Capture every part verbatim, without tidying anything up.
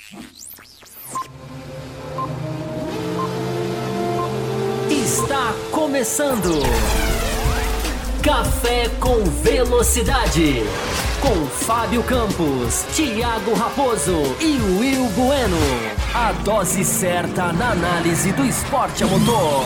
Está começando Café com Velocidade, com Fábio Campos, Thiago Raposo e Will Bueno. A dose certa na análise do esporte a motor.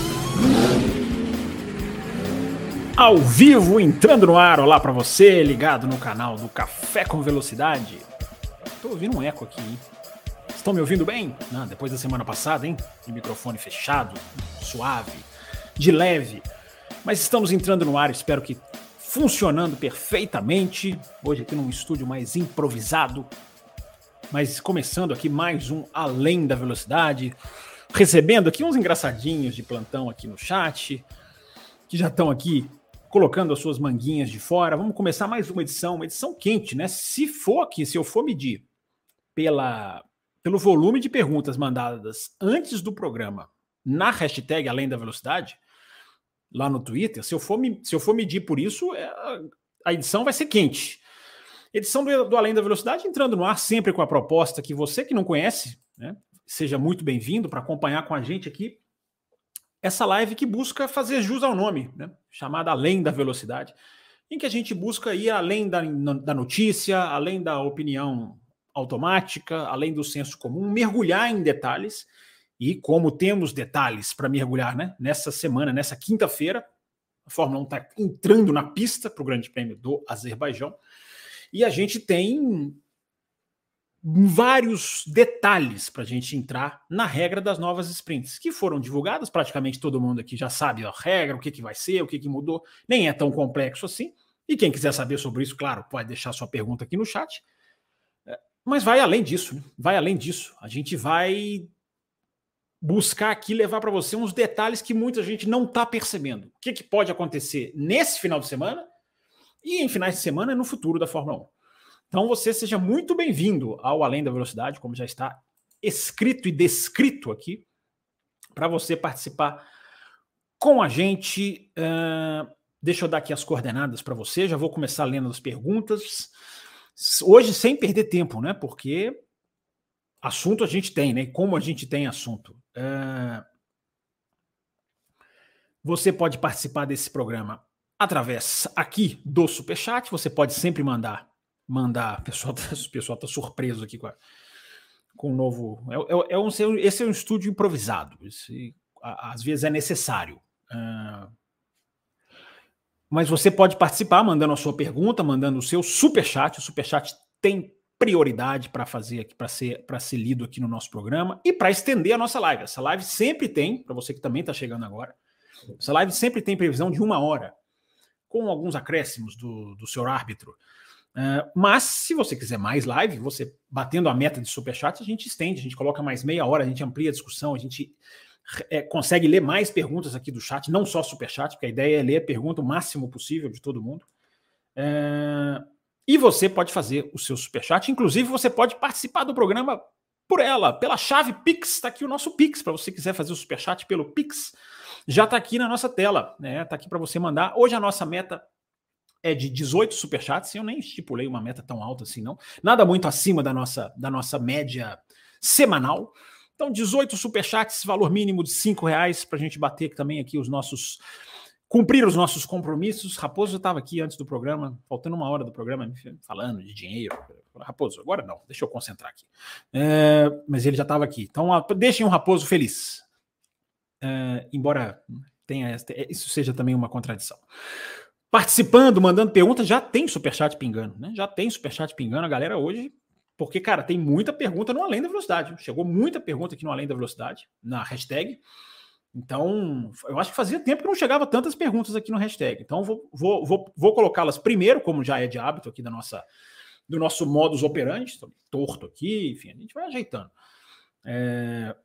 Ao vivo, entrando no ar, olá pra você, ligado no canal do Café com Velocidade. Tô ouvindo um eco aqui, hein? Estão me ouvindo bem? Ah, depois da semana passada, hein? De microfone fechado, suave, de leve. Mas estamos entrando no ar, espero que funcionando perfeitamente. Hoje aqui num estúdio mais improvisado. Mas começando aqui mais um Além da Velocidade. Recebendo aqui uns engraçadinhos de plantão aqui no chat. Que já estão aqui colocando as suas manguinhas de fora. Vamos começar mais uma edição, uma edição quente, né? Se for aqui, se eu for medir pela... pelo volume de perguntas mandadas antes do programa na hashtag Além da Velocidade, lá no Twitter, se eu for, se eu for medir por isso, é, a edição vai ser quente. Edição do, do Além da Velocidade entrando no ar sempre com a proposta que você que não conhece, né, seja muito bem-vindo para acompanhar com a gente aqui essa live que busca fazer jus ao nome, né, chamada Além da Velocidade, em que a gente busca ir além da, da notícia, além da opinião automática, além do senso comum, mergulhar em detalhes, e como temos detalhes para mergulhar, né, nessa semana, nessa quinta-feira, a Fórmula um está entrando na pista para o Grande Prêmio do Azerbaijão, e a gente tem vários detalhes para a gente entrar na regra das novas sprints, que foram divulgadas, praticamente todo mundo aqui já sabe a regra, o que, que vai ser, o que, que mudou, nem é tão complexo assim, e quem quiser saber sobre isso, claro, pode deixar sua pergunta aqui no chat. Mas vai além disso, né? vai além disso. A gente vai buscar aqui levar para você uns detalhes que muita gente não está percebendo. O que, que pode acontecer nesse final de semana e em finais de semana no futuro da Fórmula um. Então você seja muito bem-vindo ao Além da Velocidade, como já está escrito e descrito aqui, para você participar com a gente. Uh, deixa eu dar aqui as coordenadas para você, já vou começar lendo as perguntas. Hoje sem perder tempo, né? Porque assunto a gente tem, né? Como a gente tem assunto. Uh, você pode participar desse programa através aqui do Superchat. Você pode sempre mandar. mandar. O pessoal tá, o pessoal tá surpreso aqui com, a, com o novo. É, é, é um, esse é um estúdio improvisado. Esse, a, às vezes é necessário. Uh, Mas você pode participar mandando a sua pergunta, mandando o seu superchat. O superchat tem prioridade para fazer aqui, para ser, para ser lido aqui no nosso programa e para estender a nossa live. Essa live sempre tem, para você que também está chegando agora, essa live sempre tem previsão de uma hora, com alguns acréscimos do, do seu árbitro. Uh, mas, se você quiser mais live, você batendo a meta de superchat, a gente estende, a gente coloca mais meia hora, a gente amplia a discussão, a gente... É, consegue ler mais perguntas aqui do chat, não só superchat, porque a ideia é ler a pergunta o máximo possível de todo mundo. É, e você pode fazer o seu superchat, inclusive você pode participar do programa por ela, pela chave Pix. Está aqui o nosso Pix, para você quiser fazer o superchat pelo Pix, já está aqui na nossa tela, né? Está aqui para você mandar. Hoje a nossa meta é de dezoito superchats, eu nem estipulei uma meta tão alta assim, não. Nada muito acima da nossa, da nossa média semanal. Então, dezoito superchats, valor mínimo de cinco reais, para a gente bater também aqui os nossos... cumprir os nossos compromissos. Raposo estava aqui antes do programa, faltando uma hora do programa, falando de dinheiro. Raposo, agora não, deixa eu concentrar aqui. É, mas ele já estava aqui. Então, deixem o Raposo feliz. É, embora tenha, isso seja também uma contradição. Participando, mandando perguntas, já tem superchat pingando, né? Já tem superchat pingando, a galera hoje... Porque, cara, tem muita pergunta no Além da Velocidade. Chegou muita pergunta aqui no Além da Velocidade, na hashtag. Então, eu acho que fazia tempo que não chegava tantas perguntas aqui no hashtag. Então, vou, vou, vou, vou colocá-las primeiro, como já é de hábito aqui da nossa, do nosso modus operandi. Estou torto aqui, enfim, a gente vai ajeitando. É...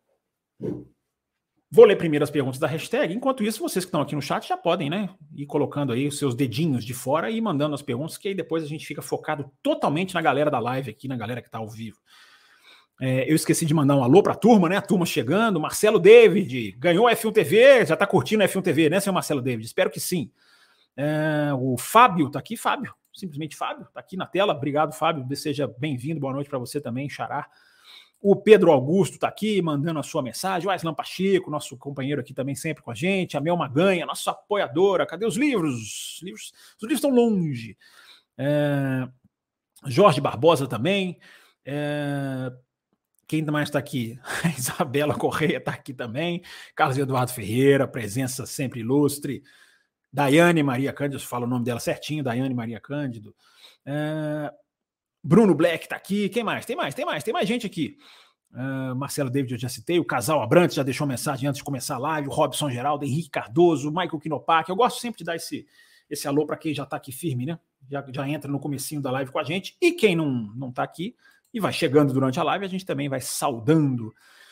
Vou ler primeiro as perguntas da hashtag. Enquanto isso, vocês que estão aqui no chat já podem, né, ir colocando aí os seus dedinhos de fora e mandando as perguntas, que aí depois a gente fica focado totalmente na galera da live aqui, na galera que está ao vivo. É, eu esqueci de mandar um alô para a turma, né? A turma chegando. Marcelo David ganhou a F um T V, já está curtindo a F um T V, né, seu Marcelo David? Espero que sim. É, o Fábio está aqui, Fábio, simplesmente Fábio, está aqui na tela. Obrigado, Fábio. Seja bem-vindo. Boa noite para você também, Xará. O Pedro Augusto está aqui mandando a sua mensagem. O Aislan Pacheco, nosso companheiro aqui também sempre com a gente. A Mel Maganha, nossa apoiadora. Cadê os livros? Os livros, os livros estão longe. É, Jorge Barbosa também. É, quem mais está aqui? A Isabela Correia está aqui também. Carlos Eduardo Ferreira, presença sempre ilustre. Daiane Maria Cândido, fala o nome dela certinho. Daiane Maria Cândido. É, Bruno Black está aqui. Quem mais? Tem mais, tem mais, tem mais gente aqui. Uh, Marcelo David, eu já citei. O Casal Abrantes já deixou mensagem antes de começar a live. O Robson Geraldo, Henrique Cardoso, Michael Quinopac. Eu gosto sempre de dar esse, esse alô para quem já está aqui firme, né? Já, já entra no comecinho da live com a gente. E quem não, não está aqui e vai chegando durante a live, a gente também vai saudando.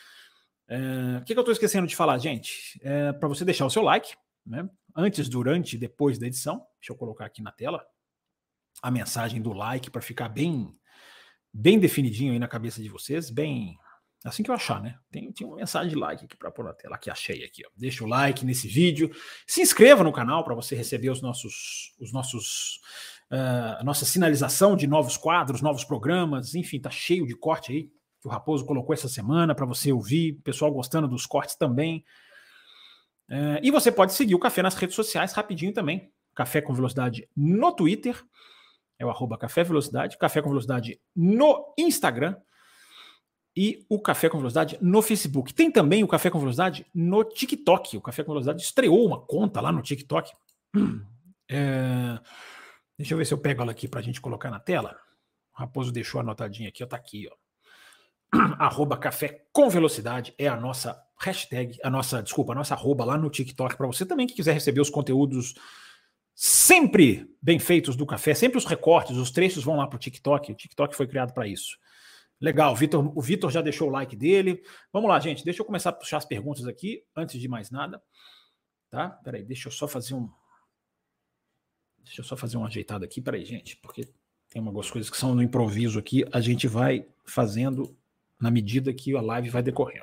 Uh, o que, que eu estou esquecendo de falar, gente? É, para você deixar o seu like, né? Antes, durante e depois da edição. Deixa eu colocar aqui na tela a mensagem do like para ficar bem, bem definidinho aí na cabeça de vocês, bem assim que eu achar, né? Tem, tem uma mensagem de like aqui para pôr na tela, que achei aqui, ó. Deixa o like nesse vídeo, se inscreva no canal para você receber os nossos, os nossos, uh, a nossa sinalização de novos quadros, novos programas, enfim, tá cheio de corte aí que o Raposo colocou essa semana para você ouvir, pessoal gostando dos cortes também. Uh, e você pode seguir o Café nas redes sociais rapidinho também. Café com Velocidade no Twitter. É o arroba Café Velocidade, Café com Velocidade no Instagram e o Café com Velocidade no Facebook. Tem também o Café com Velocidade no TikTok. O Café com Velocidade estreou uma conta lá no TikTok. É... Deixa eu ver se eu pego ela aqui para a gente colocar na tela. O Raposo deixou anotadinha aqui, ó, tá aqui, ó. Arroba Café com Velocidade é a nossa hashtag, a nossa, desculpa, a nossa arroba lá no TikTok para você também que quiser receber os conteúdos sempre bem feitos do café, sempre os recortes, os trechos vão lá para o TikTok. O TikTok foi criado para isso. Legal, Vitor, o Vitor já deixou o like dele. Vamos lá, gente, deixa eu começar a puxar as perguntas aqui, antes de mais nada. Tá? Peraí, deixa eu só fazer um... Deixa eu só fazer um ajeitado aqui, peraí, gente, porque tem algumas coisas que são no improviso aqui, a gente vai fazendo na medida que a live vai decorrendo.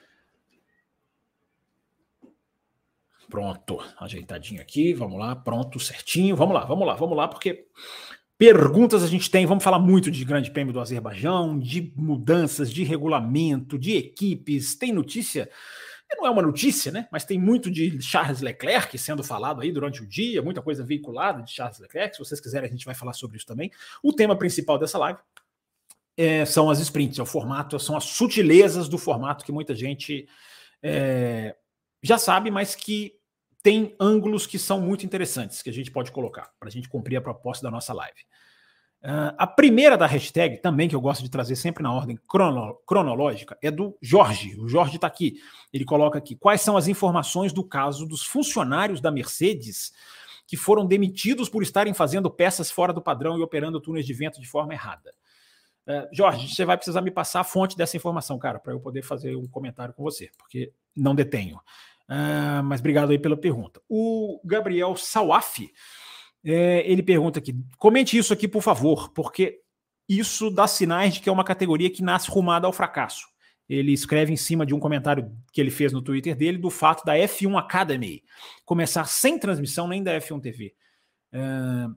Pronto, ajeitadinho aqui, vamos lá, pronto, certinho, vamos lá, vamos lá, vamos lá, porque perguntas a gente tem, vamos falar muito de Grande Prêmio do Azerbaijão, de mudanças, de regulamento, de equipes, tem notícia, não é uma notícia, né, mas tem muito de Charles Leclerc sendo falado aí durante o dia, muita coisa veiculada de Charles Leclerc, se vocês quiserem a gente vai falar sobre isso também. O tema principal dessa live é, são as sprints, é o formato, são as sutilezas do formato que muita gente é, já sabe, mas que tem ângulos que são muito interessantes que a gente pode colocar para a gente cumprir a proposta da nossa live. Uh, a primeira da hashtag, também que eu gosto de trazer sempre na ordem crono, cronológica, é do Jorge. O Jorge está aqui. Ele coloca aqui: quais são as informações do caso dos funcionários da Mercedes que foram demitidos por estarem fazendo peças fora do padrão e operando túneis de vento de forma errada? Uh, Jorge, você vai precisar me passar a fonte dessa informação, cara, para eu poder fazer um comentário com você, porque não detenho. Uh, mas obrigado aí pela pergunta. O Gabriel Sawaf, é, ele pergunta aqui, comente isso aqui, por favor, porque isso dá sinais de que é uma categoria que nasce rumada ao fracasso. Ele escreve em cima de um comentário que ele fez no Twitter dele do fato da F um Academy começar sem transmissão nem da F um T V. Uh,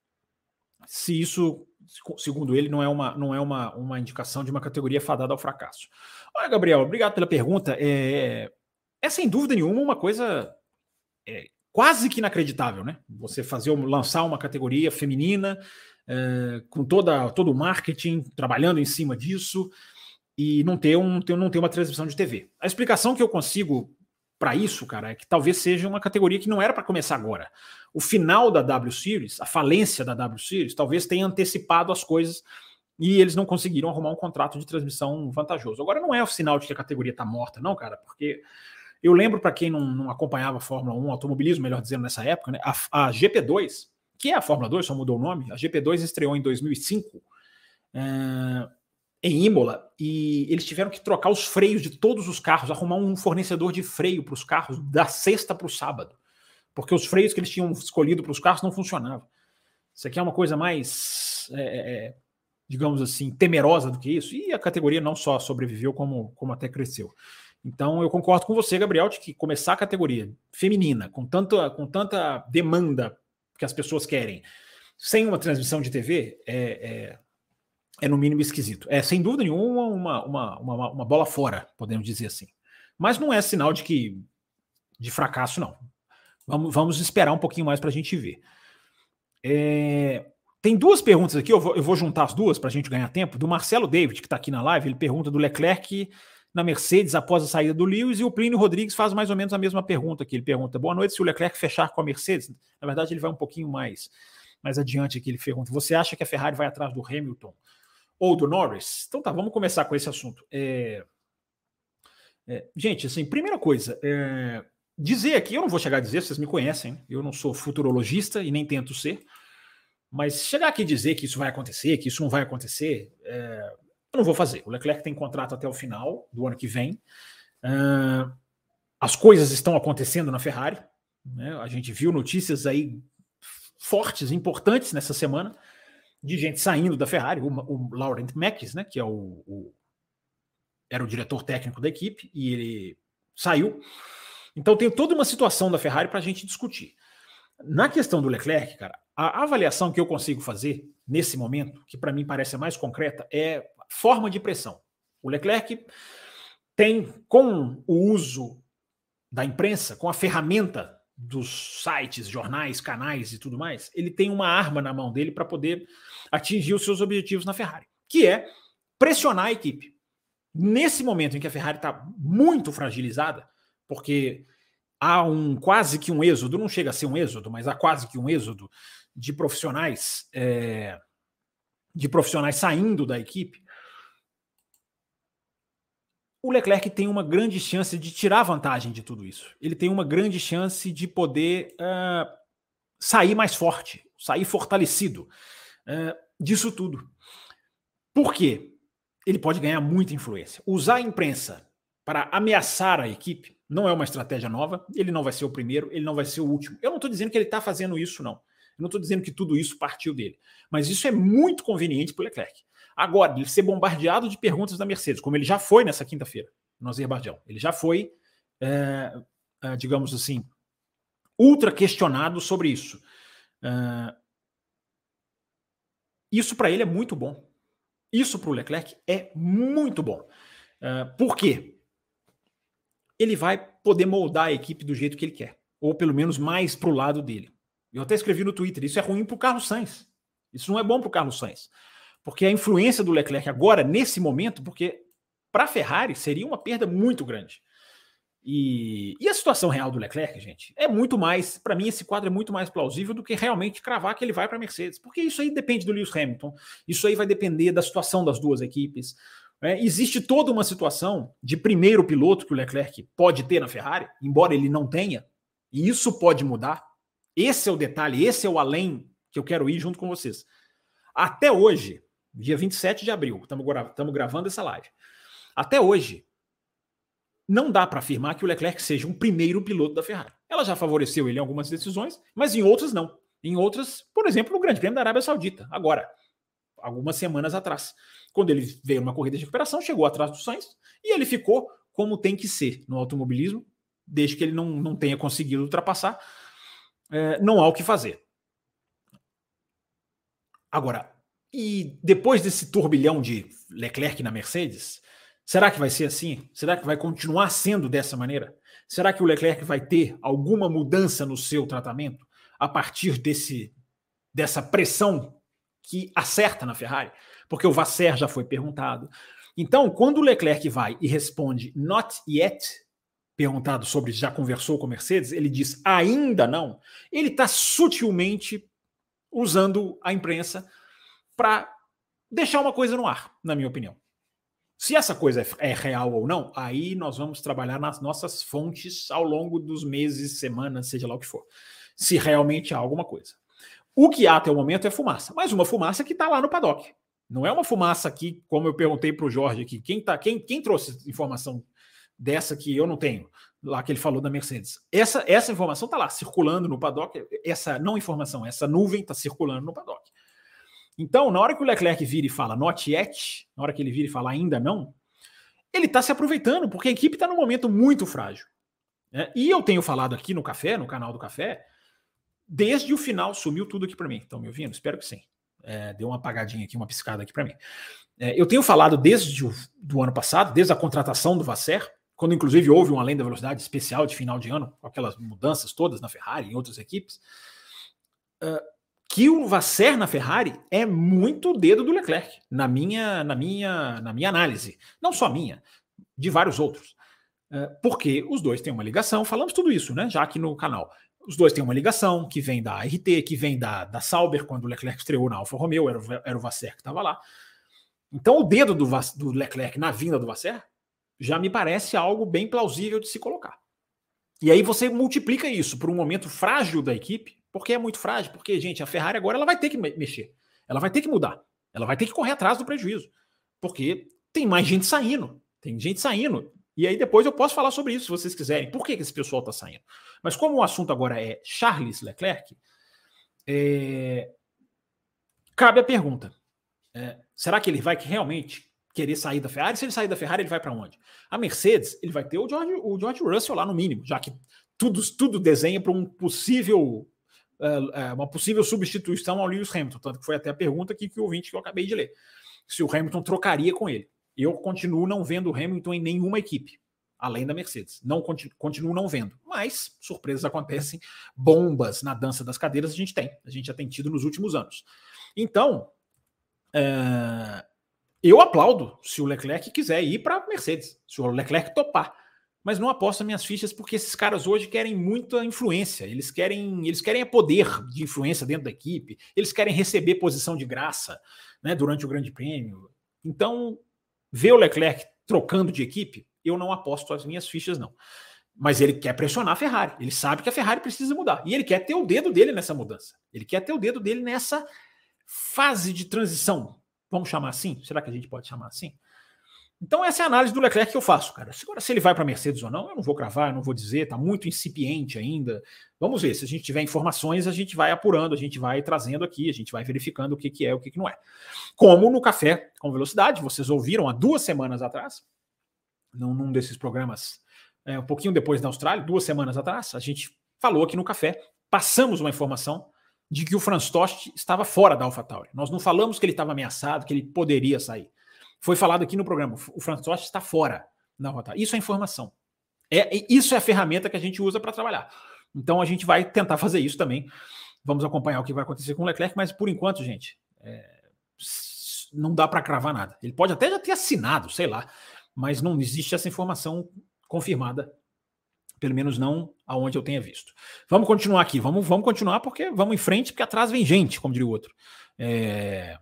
se isso, segundo ele, não é, uma, não é uma, uma indicação de uma categoria fadada ao fracasso. Olha, Gabriel, obrigado pela pergunta. É... É, sem dúvida nenhuma, uma coisa é, quase que inacreditável, né? Você fazer, lançar uma categoria feminina é, com toda, todo o marketing, trabalhando em cima disso e não ter, um, ter, não ter uma transmissão de T V. A explicação que eu consigo para isso, cara, é que talvez seja uma categoria que não era para começar agora. O final da W Series, a falência da W Series, talvez tenha antecipado as coisas e eles não conseguiram arrumar um contrato de transmissão vantajoso. Agora não é o sinal de que a categoria está morta, não, cara, porque... Eu lembro, para quem não, não acompanhava a Fórmula um, automobilismo, melhor dizendo, nessa época, né, a, a G P dois, que é a Fórmula dois, só mudou o nome, a G P dois estreou em dois mil e cinco, é, em Imola, e eles tiveram que trocar os freios de todos os carros, arrumar um fornecedor de freio para os carros da sexta para o sábado, porque os freios que eles tinham escolhido para os carros não funcionavam. Isso aqui é uma coisa mais, é, digamos assim, temerosa do que isso, e a categoria não só sobreviveu, como, como até cresceu. Então, eu concordo com você, Gabriel, de que começar a categoria feminina, com tanta, com tanta demanda que as pessoas querem, sem uma transmissão de T V, é, é, é no mínimo esquisito. É, sem dúvida nenhuma, uma, uma, uma, uma bola fora, podemos dizer assim. Mas não é sinal de que de fracasso, não. Vamos, vamos esperar um pouquinho mais para a gente ver. É, tem duas perguntas aqui, eu vou, eu vou juntar as duas para a gente ganhar tempo. Do Marcelo David, que está aqui na live, ele pergunta do Leclerc na Mercedes após a saída do Lewis, e o Plínio Rodrigues faz mais ou menos a mesma pergunta aqui. Ele pergunta, boa noite, se o Leclerc fechar com a Mercedes, na verdade ele vai um pouquinho mais, mais adiante aqui, ele pergunta, você acha que a Ferrari vai atrás do Hamilton ou do Norris? Então tá, vamos começar com esse assunto. É, é, gente, assim, primeira coisa, é, dizer aqui, eu não vou chegar a dizer, vocês me conhecem, eu não sou futurologista e nem tento ser, mas chegar aqui e dizer que isso vai acontecer, que isso não vai acontecer, é, eu não vou fazer. O Leclerc tem contrato até o final do ano que vem. Uh, as coisas estão acontecendo na Ferrari. Né? A gente viu notícias aí fortes, importantes nessa semana, de gente saindo da Ferrari. O, o Laurent Mekies, né, que é o, o, era o diretor técnico da equipe, e ele saiu. Então tem toda uma situação da Ferrari para a gente discutir. Na questão do Leclerc, cara, a avaliação que eu consigo fazer nesse momento, que para mim parece a mais concreta, é forma de pressão. O Leclerc tem, com o uso da imprensa, com a ferramenta dos sites, jornais, canais e tudo mais, ele tem uma arma na mão dele para poder atingir os seus objetivos na Ferrari, que é pressionar a equipe. Nesse momento em que a Ferrari está muito fragilizada, porque há um quase que um êxodo, não chega a ser um êxodo, mas há quase que um êxodo de profissionais, é, de profissionais saindo da equipe, o Leclerc tem uma grande chance de tirar vantagem de tudo isso. Ele tem uma grande chance de poder uh, sair mais forte, sair fortalecido uh, disso tudo. Por quê? Ele pode ganhar muita influência. Usar a imprensa para ameaçar a equipe não é uma estratégia nova, ele não vai ser o primeiro, ele não vai ser o último. Eu não estou dizendo que ele está fazendo isso, não. Eu não estou dizendo que tudo isso partiu dele. Mas isso é muito conveniente para o Leclerc. Agora, ele ser bombardeado de perguntas da Mercedes, como ele já foi nessa quinta-feira, no Azerbaijão. Ele já foi, é, é, digamos assim, ultra questionado sobre isso. É, isso para ele é muito bom. Isso para o Leclerc é muito bom. É, por quê? Ele vai poder moldar a equipe do jeito que ele quer, ou pelo menos mais para o lado dele. Eu até escrevi no Twitter, isso é ruim para o Carlos Sainz. Isso não é bom para o Carlos Sainz. Porque a influência do Leclerc agora, nesse momento, porque para a Ferrari seria uma perda muito grande. E, e a situação real do Leclerc, gente, é muito mais, para mim esse quadro é muito mais plausível do que realmente cravar que ele vai para a Mercedes. Porque isso aí depende do Lewis Hamilton, isso aí vai depender da situação das duas equipes. É, existe toda uma situação de primeiro piloto que o Leclerc pode ter na Ferrari, embora ele não tenha, e isso pode mudar. Esse é o detalhe, esse é o além que eu quero ir junto com vocês. Até hoje, dia vinte e sete de abril, estamos gra gravando essa live. Até hoje, não dá para afirmar que o Leclerc seja um primeiro piloto da Ferrari. Ela já favoreceu ele em algumas decisões, mas em outras não. Em outras, por exemplo, no Grande Prêmio da Arábia Saudita, agora, algumas semanas atrás. Quando ele veio numa corrida de recuperação, chegou atrás do Sainz e ele ficou como tem que ser no automobilismo, desde que ele não, não tenha conseguido ultrapassar, é, não há o que fazer. Agora, e depois desse turbilhão de Leclerc na Mercedes, será que vai ser assim? Será que vai continuar sendo dessa maneira? Será que o Leclerc vai ter alguma mudança no seu tratamento a partir desse, dessa pressão que acerta na Ferrari? Porque o Vasser já foi perguntado. Então, quando o Leclerc vai e responde not yet, perguntado sobre já conversou com a Mercedes, ele diz ainda não, ele está sutilmente usando a imprensa para deixar uma coisa no ar, na minha opinião. Se essa coisa é real ou não, aí nós vamos trabalhar nas nossas fontes ao longo dos meses, semanas, seja lá o que for. Se realmente há alguma coisa. O que há até o momento é fumaça, mas uma fumaça que está lá no paddock. Não é uma fumaça aqui, como eu perguntei para o Jorge aqui, quem, tá, quem, quem trouxe informação dessa que eu não tenho, lá que ele falou da Mercedes. Essa, essa informação está lá, circulando no paddock, essa não informação, essa nuvem está circulando no paddock. Então, na hora que o Leclerc vira e fala not yet, na hora que ele vira e fala ainda não, ele está se aproveitando, porque a equipe está num momento muito frágil. Né? E eu tenho falado aqui no Café, no canal do Café, desde o final, sumiu tudo aqui para mim. Estão me ouvindo? Espero que sim. É, deu uma apagadinha aqui, uma piscada aqui para mim. É, eu tenho falado desde o do ano passado, desde a contratação do Vasser, quando inclusive houve um Além da Velocidade especial de final de ano, com aquelas mudanças todas na Ferrari e em outras equipes, uh, que o Vasser na Ferrari é muito o dedo do Leclerc, na minha, na minha, na minha análise. Não só minha, de vários outros. Uh, porque os dois têm uma ligação, falamos tudo isso, né, já aqui no canal. Os dois têm uma ligação que vem da A R T, que vem da, da Sauber, quando o Leclerc estreou na Alfa Romeo, era, era o Vasser que estava lá. Então o dedo do, do Leclerc na vinda do Vasser já me parece algo bem plausível de se colocar. E aí você multiplica isso por um momento frágil da equipe, porque é muito frágil, porque, gente, a Ferrari agora ela vai ter que mexer, ela vai ter que mudar, ela vai ter que correr atrás do prejuízo, porque tem mais gente saindo, tem gente saindo. E aí depois eu posso falar sobre isso, se vocês quiserem. Por que, que esse pessoal está saindo? Mas como o assunto agora é Charles Leclerc, é... cabe a pergunta. É... Será que ele vai realmente querer sair da Ferrari? Se ele sair da Ferrari, ele vai para onde? A Mercedes, ele vai ter o George, o George Russell lá no mínimo, já que tudo, tudo desenha para um possível, uh, uma possível substituição ao Lewis Hamilton. Tanto que foi até a pergunta aqui que o ouvinte que eu acabei de ler. Se o Hamilton trocaria com ele. Eu continuo não vendo o Hamilton em nenhuma equipe, além da Mercedes. Não continuo, continuo não vendo. Mas surpresas acontecem, bombas na dança das cadeiras a gente tem. A gente já tem tido nos últimos anos. Então, é, eu aplaudo se o Leclerc quiser ir para a Mercedes, se o Leclerc topar. Mas não aposto minhas fichas porque esses caras hoje querem muita influência. Eles querem, eles querem poder de influência dentro da equipe. Eles querem receber posição de graça, né, durante o Grande Prêmio. Então, ver o Leclerc trocando de equipe, eu não aposto as minhas fichas, não. Mas ele quer pressionar a Ferrari. Ele sabe que a Ferrari precisa mudar. E ele quer ter o dedo dele nessa mudança. Ele quer ter o dedo dele nessa fase de transição. Vamos chamar assim? Será que a gente pode chamar assim? Então essa é a análise do Leclerc que eu faço, cara. Agora, se ele vai para a Mercedes ou não, eu não vou cravar, eu não vou dizer, está muito incipiente ainda. Vamos ver, se a gente tiver informações, a gente vai apurando, a gente vai trazendo aqui, a gente vai verificando o que, que é, o que, que não é. Como no Café com Velocidade, vocês ouviram há duas semanas atrás, num, num desses programas, é, um pouquinho depois da Austrália, duas semanas atrás, a gente falou aqui no Café, passamos uma informação de que o Franz Tost estava fora da AlphaTauri. Nós não falamos que ele estava ameaçado, que ele poderia sair. Foi falado aqui no programa, o Franz Tost está fora da AlphaTauri. Isso é informação. É, isso é a ferramenta que a gente usa para trabalhar. Então a gente vai tentar fazer isso também. Vamos acompanhar o que vai acontecer com o Leclerc, mas por enquanto, gente, é, não dá para cravar nada. Ele pode até já ter assinado, sei lá, mas não existe essa informação confirmada, pelo menos não aonde eu tenha visto. Vamos continuar aqui, vamos, vamos continuar porque vamos em frente, porque atrás vem gente, como diria o outro. É...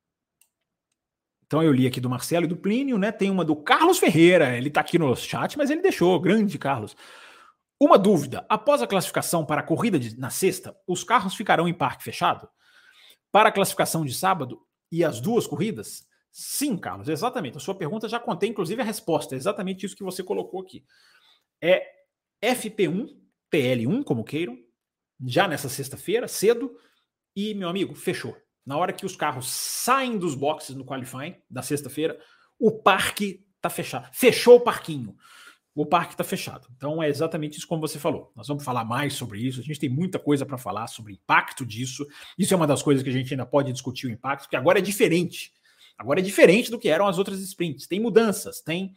Então eu li aqui do Marcelo e do Plínio, né? Tem uma do Carlos Ferreira, ele está aqui no chat, mas ele deixou, grande Carlos. Uma dúvida, após a classificação para a corrida de, na sexta, os carros ficarão em parque fechado? Para a classificação de sábado e as duas corridas? Sim, Carlos, exatamente. A sua pergunta já contém, inclusive, a resposta. É exatamente isso que você colocou aqui. É F P um, T L um, como queiram, já nessa sexta-feira, cedo, e, meu amigo, fechou. Na hora que os carros saem dos boxes no qualifying da sexta-feira, o parque está fechado. Fechou o parquinho. O parque está fechado. Então é exatamente isso como você falou. Nós vamos falar mais sobre isso. A gente tem muita coisa para falar sobre o impacto disso. Isso é uma das coisas que a gente ainda pode discutir o impacto, porque agora é diferente. Agora é diferente do que eram as outras sprints. Tem mudanças, tem,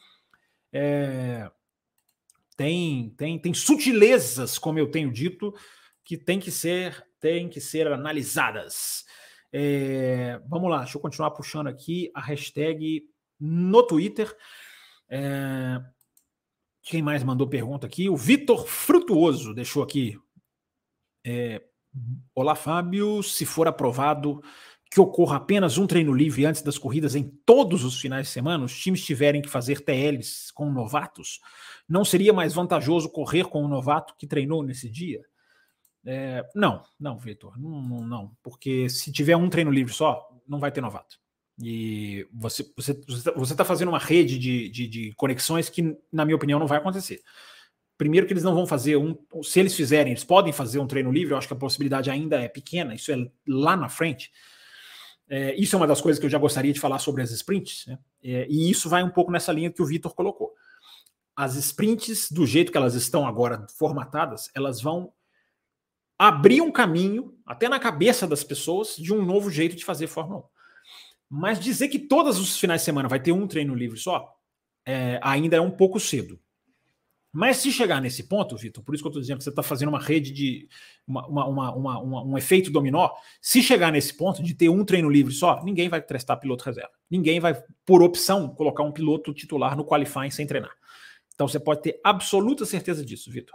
é, tem, tem, tem sutilezas, como eu tenho dito, que tem que ser, tem que ser analisadas. É, vamos lá, deixa eu continuar puxando aqui a hashtag no Twitter. É, quem mais mandou pergunta aqui? O Vitor Frutuoso deixou aqui. É, Olá, Fábio. Se for aprovado que ocorra apenas um treino livre antes das corridas em todos os finais de semana, os times tiverem que fazer T Ls com novatos, não seria mais vantajoso correr com um novato que treinou nesse dia? É, não, não, Vitor, não, não, não, porque se tiver um treino livre só, não vai ter novato. E você você você está fazendo uma rede de, de, de conexões que, na minha opinião, não vai acontecer. Primeiro que eles não vão fazer um, se eles fizerem, eles podem fazer um treino livre, eu acho que a possibilidade ainda é pequena, isso é lá na frente. É, isso é uma das coisas que eu já gostaria de falar sobre as sprints, né? É, e isso vai um pouco nessa linha que o Vitor colocou. As sprints, do jeito que elas estão agora formatadas, elas vão abrir um caminho, até na cabeça das pessoas, de um novo jeito de fazer Fórmula um. Mas dizer que todos os finais de semana vai ter um treino livre só, é, ainda é um pouco cedo. Mas se chegar nesse ponto, Vitor, por isso que eu estou dizendo que você está fazendo uma rede de uma, uma, uma, uma, uma, um efeito dominó, se chegar nesse ponto de ter um treino livre só, ninguém vai testar piloto reserva. Ninguém vai, por opção, colocar um piloto titular no qualifying sem treinar. Então você pode ter absoluta certeza disso, Vitor.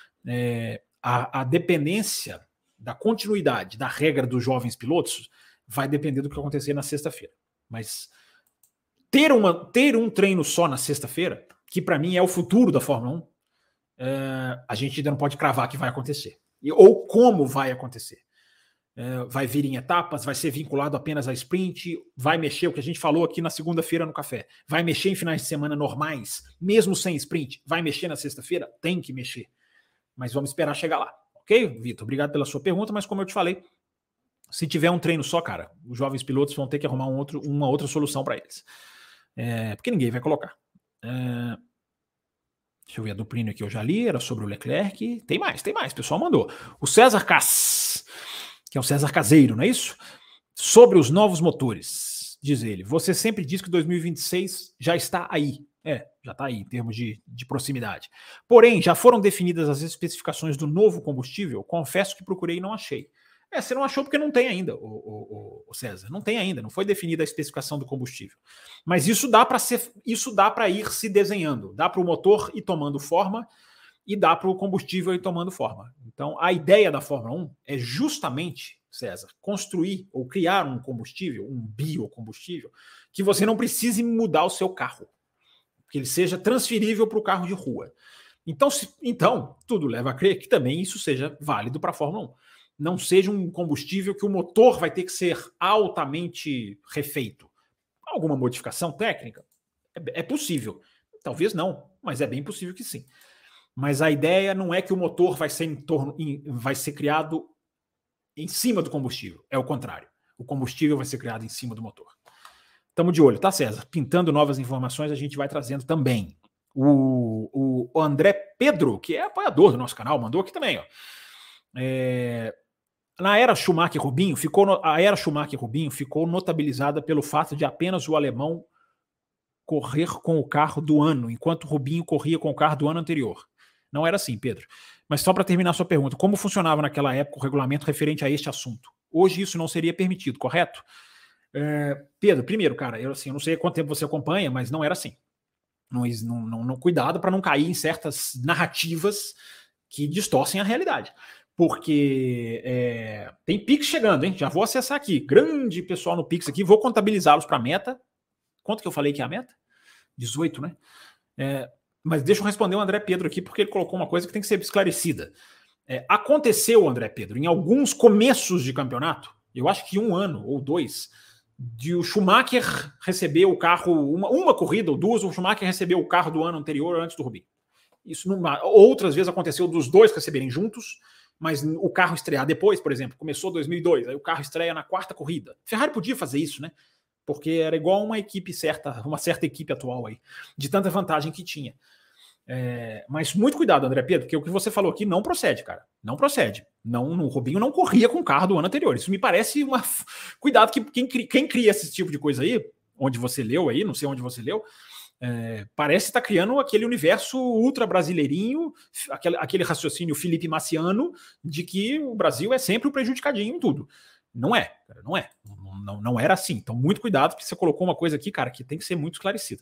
É, a, a dependência da continuidade da regra dos jovens pilotos vai depender do que acontecer na sexta-feira. Mas ter, uma, ter um treino só na sexta-feira, que para mim é o futuro da Fórmula um, é, a gente ainda não pode cravar que vai acontecer. E, ou como vai acontecer. É, vai vir em etapas, vai ser vinculado apenas a sprint, vai mexer, o que a gente falou aqui na segunda-feira no café, vai mexer em finais de semana normais, mesmo sem sprint, vai mexer na sexta-feira? Tem que mexer. Mas vamos esperar chegar lá. Ok, Vitor? Obrigado pela sua pergunta, mas como eu te falei, se tiver um treino só, cara, os jovens pilotos vão ter que arrumar um outro, uma outra solução para eles. É, porque ninguém vai colocar. É, deixa eu ver, a do Plínio aqui eu já li, era sobre o Leclerc. Tem mais, tem mais, o pessoal mandou. O César Cass, que é o César Caseiro, não é isso? Sobre os novos motores, diz ele. Você sempre diz que dois mil e vinte e seis já está aí. É, já está aí em termos de, de proximidade. Porém, já foram definidas as especificações do novo combustível? Confesso que procurei e não achei. É, você não achou porque não tem ainda, o, o, o César. Não tem ainda, não foi definida a especificação do combustível. Mas isso dá para ser, isso dá para ir se desenhando. Dá para o motor ir tomando forma e dá para o combustível ir tomando forma. Então, a ideia da Fórmula um é justamente, César, construir ou criar um combustível, um biocombustível, que você não precise mudar o seu carro. Que ele seja transferível para o carro de rua. Então, se, então, tudo leva a crer que também isso seja válido para a Fórmula um. Não seja um combustível que o motor vai ter que ser altamente refeito. Alguma modificação técnica? É, é possível. Talvez não, mas é bem possível que sim. Mas a ideia não é que o motor vai ser, em torno, em, vai ser criado em cima do combustível. É o contrário. O combustível vai ser criado em cima do motor. Estamos de olho, tá, César? Pintando novas informações, a gente vai trazendo também. O, o André Pedro, que é apoiador do nosso canal, mandou aqui também, ó. É... Na era Schumacher-Rubinho, ficou no... a era Schumacher-Rubinho ficou notabilizada pelo fato de apenas o alemão correr com o carro do ano, enquanto o Rubinho corria com o carro do ano anterior. Não era assim, Pedro. Mas só para terminar a sua pergunta, como funcionava naquela época o regulamento referente a este assunto? Hoje isso não seria permitido, correto? É... Pedro, primeiro, cara, eu, assim, eu não sei quanto tempo você acompanha, mas não era assim. Não, não, não, cuidado para não cair em certas narrativas que distorcem a realidade. Porque é, tem Pix chegando, hein? Já vou acessar aqui. Grande pessoal no Pix aqui. Vou contabilizá-los para a meta. Quanto que eu falei que é a meta? dezoito, né? É, mas deixa eu responder o André Pedro aqui, porque ele colocou uma coisa que tem que ser esclarecida. É, aconteceu, André Pedro, em alguns começos de campeonato, eu acho que um ano ou dois, de o Schumacher receber o carro, uma, uma corrida ou duas, o Schumacher recebeu o carro do ano anterior antes do Rubinho. Isso numa, outras vezes aconteceu dos dois receberem juntos, mas o carro estrear depois, por exemplo, começou dois mil e dois, aí o carro estreia na quarta corrida. Ferrari podia fazer isso, né? Porque era igual uma equipe certa, uma certa equipe atual aí, de tanta vantagem que tinha. É, mas muito cuidado, André Pedro, porque o que você falou aqui não procede, cara. Não procede. Não, o Rubinho não corria com o carro do ano anterior. Isso me parece uma... Cuidado que quem, quem cria esse tipo de coisa aí, onde você leu aí, não sei onde você leu, É, parece estar tá criando aquele universo ultra brasileirinho, aquele, aquele raciocínio Felipe Maciano de que o Brasil é sempre o prejudicadinho em tudo. Não é, cara, não é. Não, não, não era assim. Então, muito cuidado, porque você colocou uma coisa aqui, cara, que tem que ser muito esclarecida.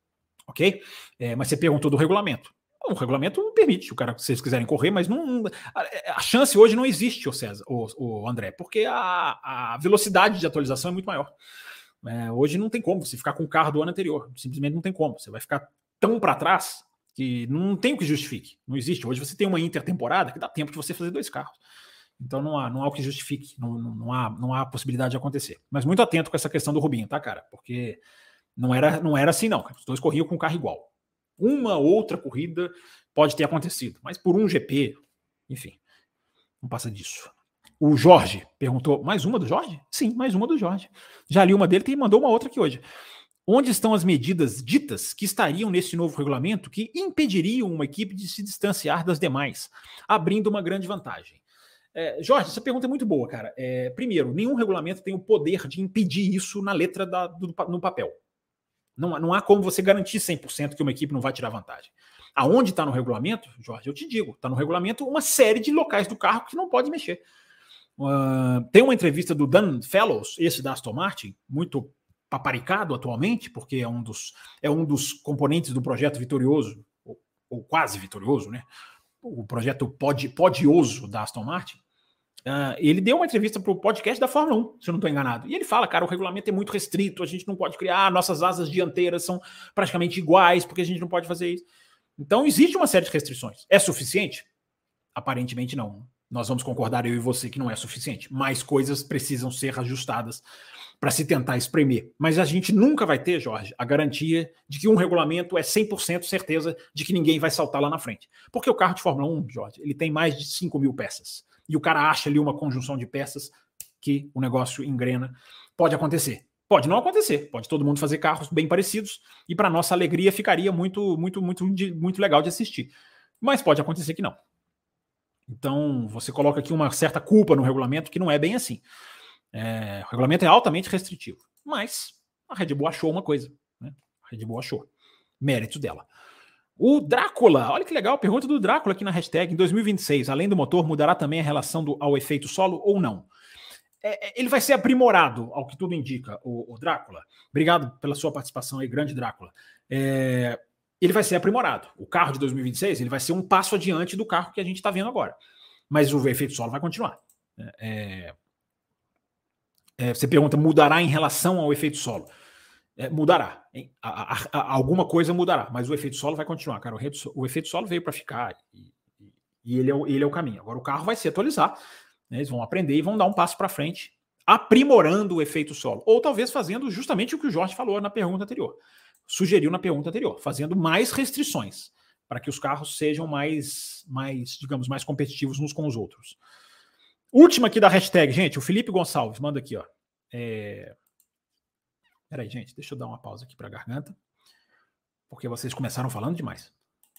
Ok? É, mas você perguntou do regulamento. O regulamento não permite o cara, se vocês quiserem correr, mas não, a, a chance hoje não existe, o César, o, o André, porque a, a velocidade de atualização é muito maior. É, hoje não tem como você ficar com o carro do ano anterior, simplesmente não tem como, você vai ficar tão para trás que não tem o que justifique, não existe. Hoje você tem uma intertemporada que dá tempo de você fazer dois carros, então não há, não há o que justifique, não, não, não, há, não há possibilidade de acontecer. Mas muito atento com essa questão do Rubinho, tá, cara? Porque não era, não era assim não, cara. Os dois corriam com o carro igual. Uma outra corrida pode ter acontecido, mas por um G P, enfim, não passa disso. O Jorge perguntou, mais uma do Jorge? Sim, mais uma do Jorge. Já li uma dele e mandou uma outra aqui hoje. Onde estão as medidas ditas que estariam nesse novo regulamento que impediriam uma equipe de se distanciar das demais, abrindo uma grande vantagem? É, Jorge, essa pergunta é muito boa, cara. É, primeiro, nenhum regulamento tem o poder de impedir isso na letra da, do, no papel. Não, não há como você garantir cem por cento que uma equipe não vai tirar vantagem. Aonde está no regulamento, Jorge, eu te digo, está no regulamento uma série de locais do carro que não pode mexer. Uh, tem uma entrevista do Dan Fellows, esse da Aston Martin, muito paparicado atualmente, porque é um dos, é um dos componentes do projeto vitorioso, ou, ou quase vitorioso, né? O projeto pod, podioso da Aston Martin. Uh, ele deu uma entrevista para o podcast da Fórmula um, se eu não estou enganado. E ele fala, cara, o regulamento é muito restrito, a gente não pode criar, nossas asas dianteiras são praticamente iguais, porque a gente não pode fazer isso. Então, existe uma série de restrições. É suficiente? Aparentemente não. Nós vamos concordar, eu e você, que não é suficiente. Mais coisas precisam ser ajustadas para se tentar espremer. Mas a gente nunca vai ter, Jorge, a garantia de que um regulamento é cem por cento certeza de que ninguém vai saltar lá na frente. Porque o carro de Fórmula um, Jorge, ele tem mais de cinco mil peças. E o cara acha ali uma conjunção de peças que o negócio engrena. Pode acontecer. Pode não acontecer. Pode todo mundo fazer carros bem parecidos e para nossa alegria ficaria muito, muito, muito, muito legal de assistir. Mas pode acontecer que não. Então, você coloca aqui uma certa culpa no regulamento que não é bem assim. É, o regulamento é altamente restritivo. Mas a Red Bull achou uma coisa. Né? A Red Bull achou. Mérito dela. O Drácula, olha que legal, pergunta do Drácula aqui na hashtag. Em dois mil e vinte e seis, além do motor, mudará também a relação do, ao efeito solo ou não? É, ele vai ser aprimorado, ao que tudo indica, o, o Drácula. Obrigado pela sua participação aí, grande Drácula. É, ele vai ser aprimorado. O carro de dois mil e vinte e seis ele vai ser um passo adiante do carro que a gente está vendo agora. Mas o efeito solo vai continuar. É, é, você pergunta, mudará em relação ao efeito solo? É, mudará. A, a, a, alguma coisa mudará, mas o efeito solo vai continuar, cara. O, re, o efeito solo veio para ficar e, e ele, é o, ele é o caminho. Agora o carro vai se atualizar, né? Eles vão aprender e vão dar um passo para frente, aprimorando o efeito solo. Ou talvez fazendo justamente o que o Jorge falou na pergunta anterior. Sugeriu na pergunta anterior, fazendo mais restrições para que os carros sejam mais, mais, digamos, mais competitivos uns com os outros. Última aqui da hashtag, gente, o Felipe Gonçalves manda aqui, ó. É... Peraí, gente, deixa eu dar uma pausa aqui para a garganta, porque vocês começaram falando demais.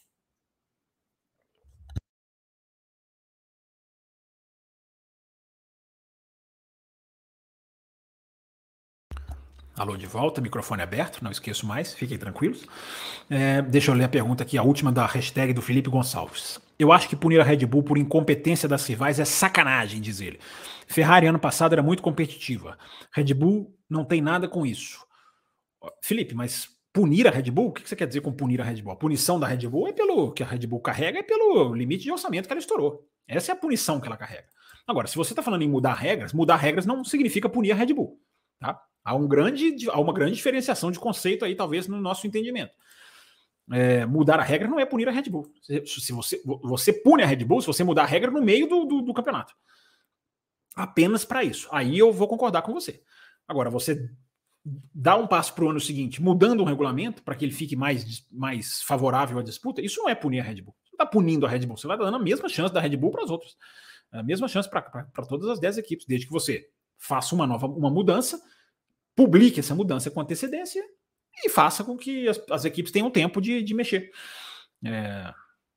Alô, de volta, microfone aberto, não esqueço mais, fiquem tranquilos. É, deixa eu ler a pergunta aqui, a última da hashtag do Felipe Gonçalves. Eu acho que punir a Red Bull por incompetência das rivais é sacanagem, diz ele. Ferrari ano passado era muito competitiva. Red Bull não tem nada com isso. Felipe, mas punir a Red Bull? O que você quer dizer com punir a Red Bull? A punição da Red Bull é pelo que a Red Bull carrega, é pelo limite de orçamento que ela estourou. Essa é a punição que ela carrega. Agora, se você está falando em mudar regras, mudar regras não significa punir a Red Bull. Tá? Há, um grande, há uma grande diferenciação de conceito aí, talvez, no nosso entendimento. É, mudar a regra não é punir a Red Bull. Se, se você, você pune a Red Bull se você mudar a regra no meio do, do, do campeonato. Apenas para isso. Aí eu vou concordar com você. Agora, você dá um passo para o ano seguinte, mudando um regulamento para que ele fique mais, mais favorável à disputa, isso não é punir a Red Bull. Você não está punindo a Red Bull, você vai dando a mesma chance da Red Bull para as outras. A mesma chance para todas as dez equipes, desde que você faça uma nova uma mudança, publique essa mudança com antecedência e faça com que as, as equipes tenham tempo de, de mexer. É,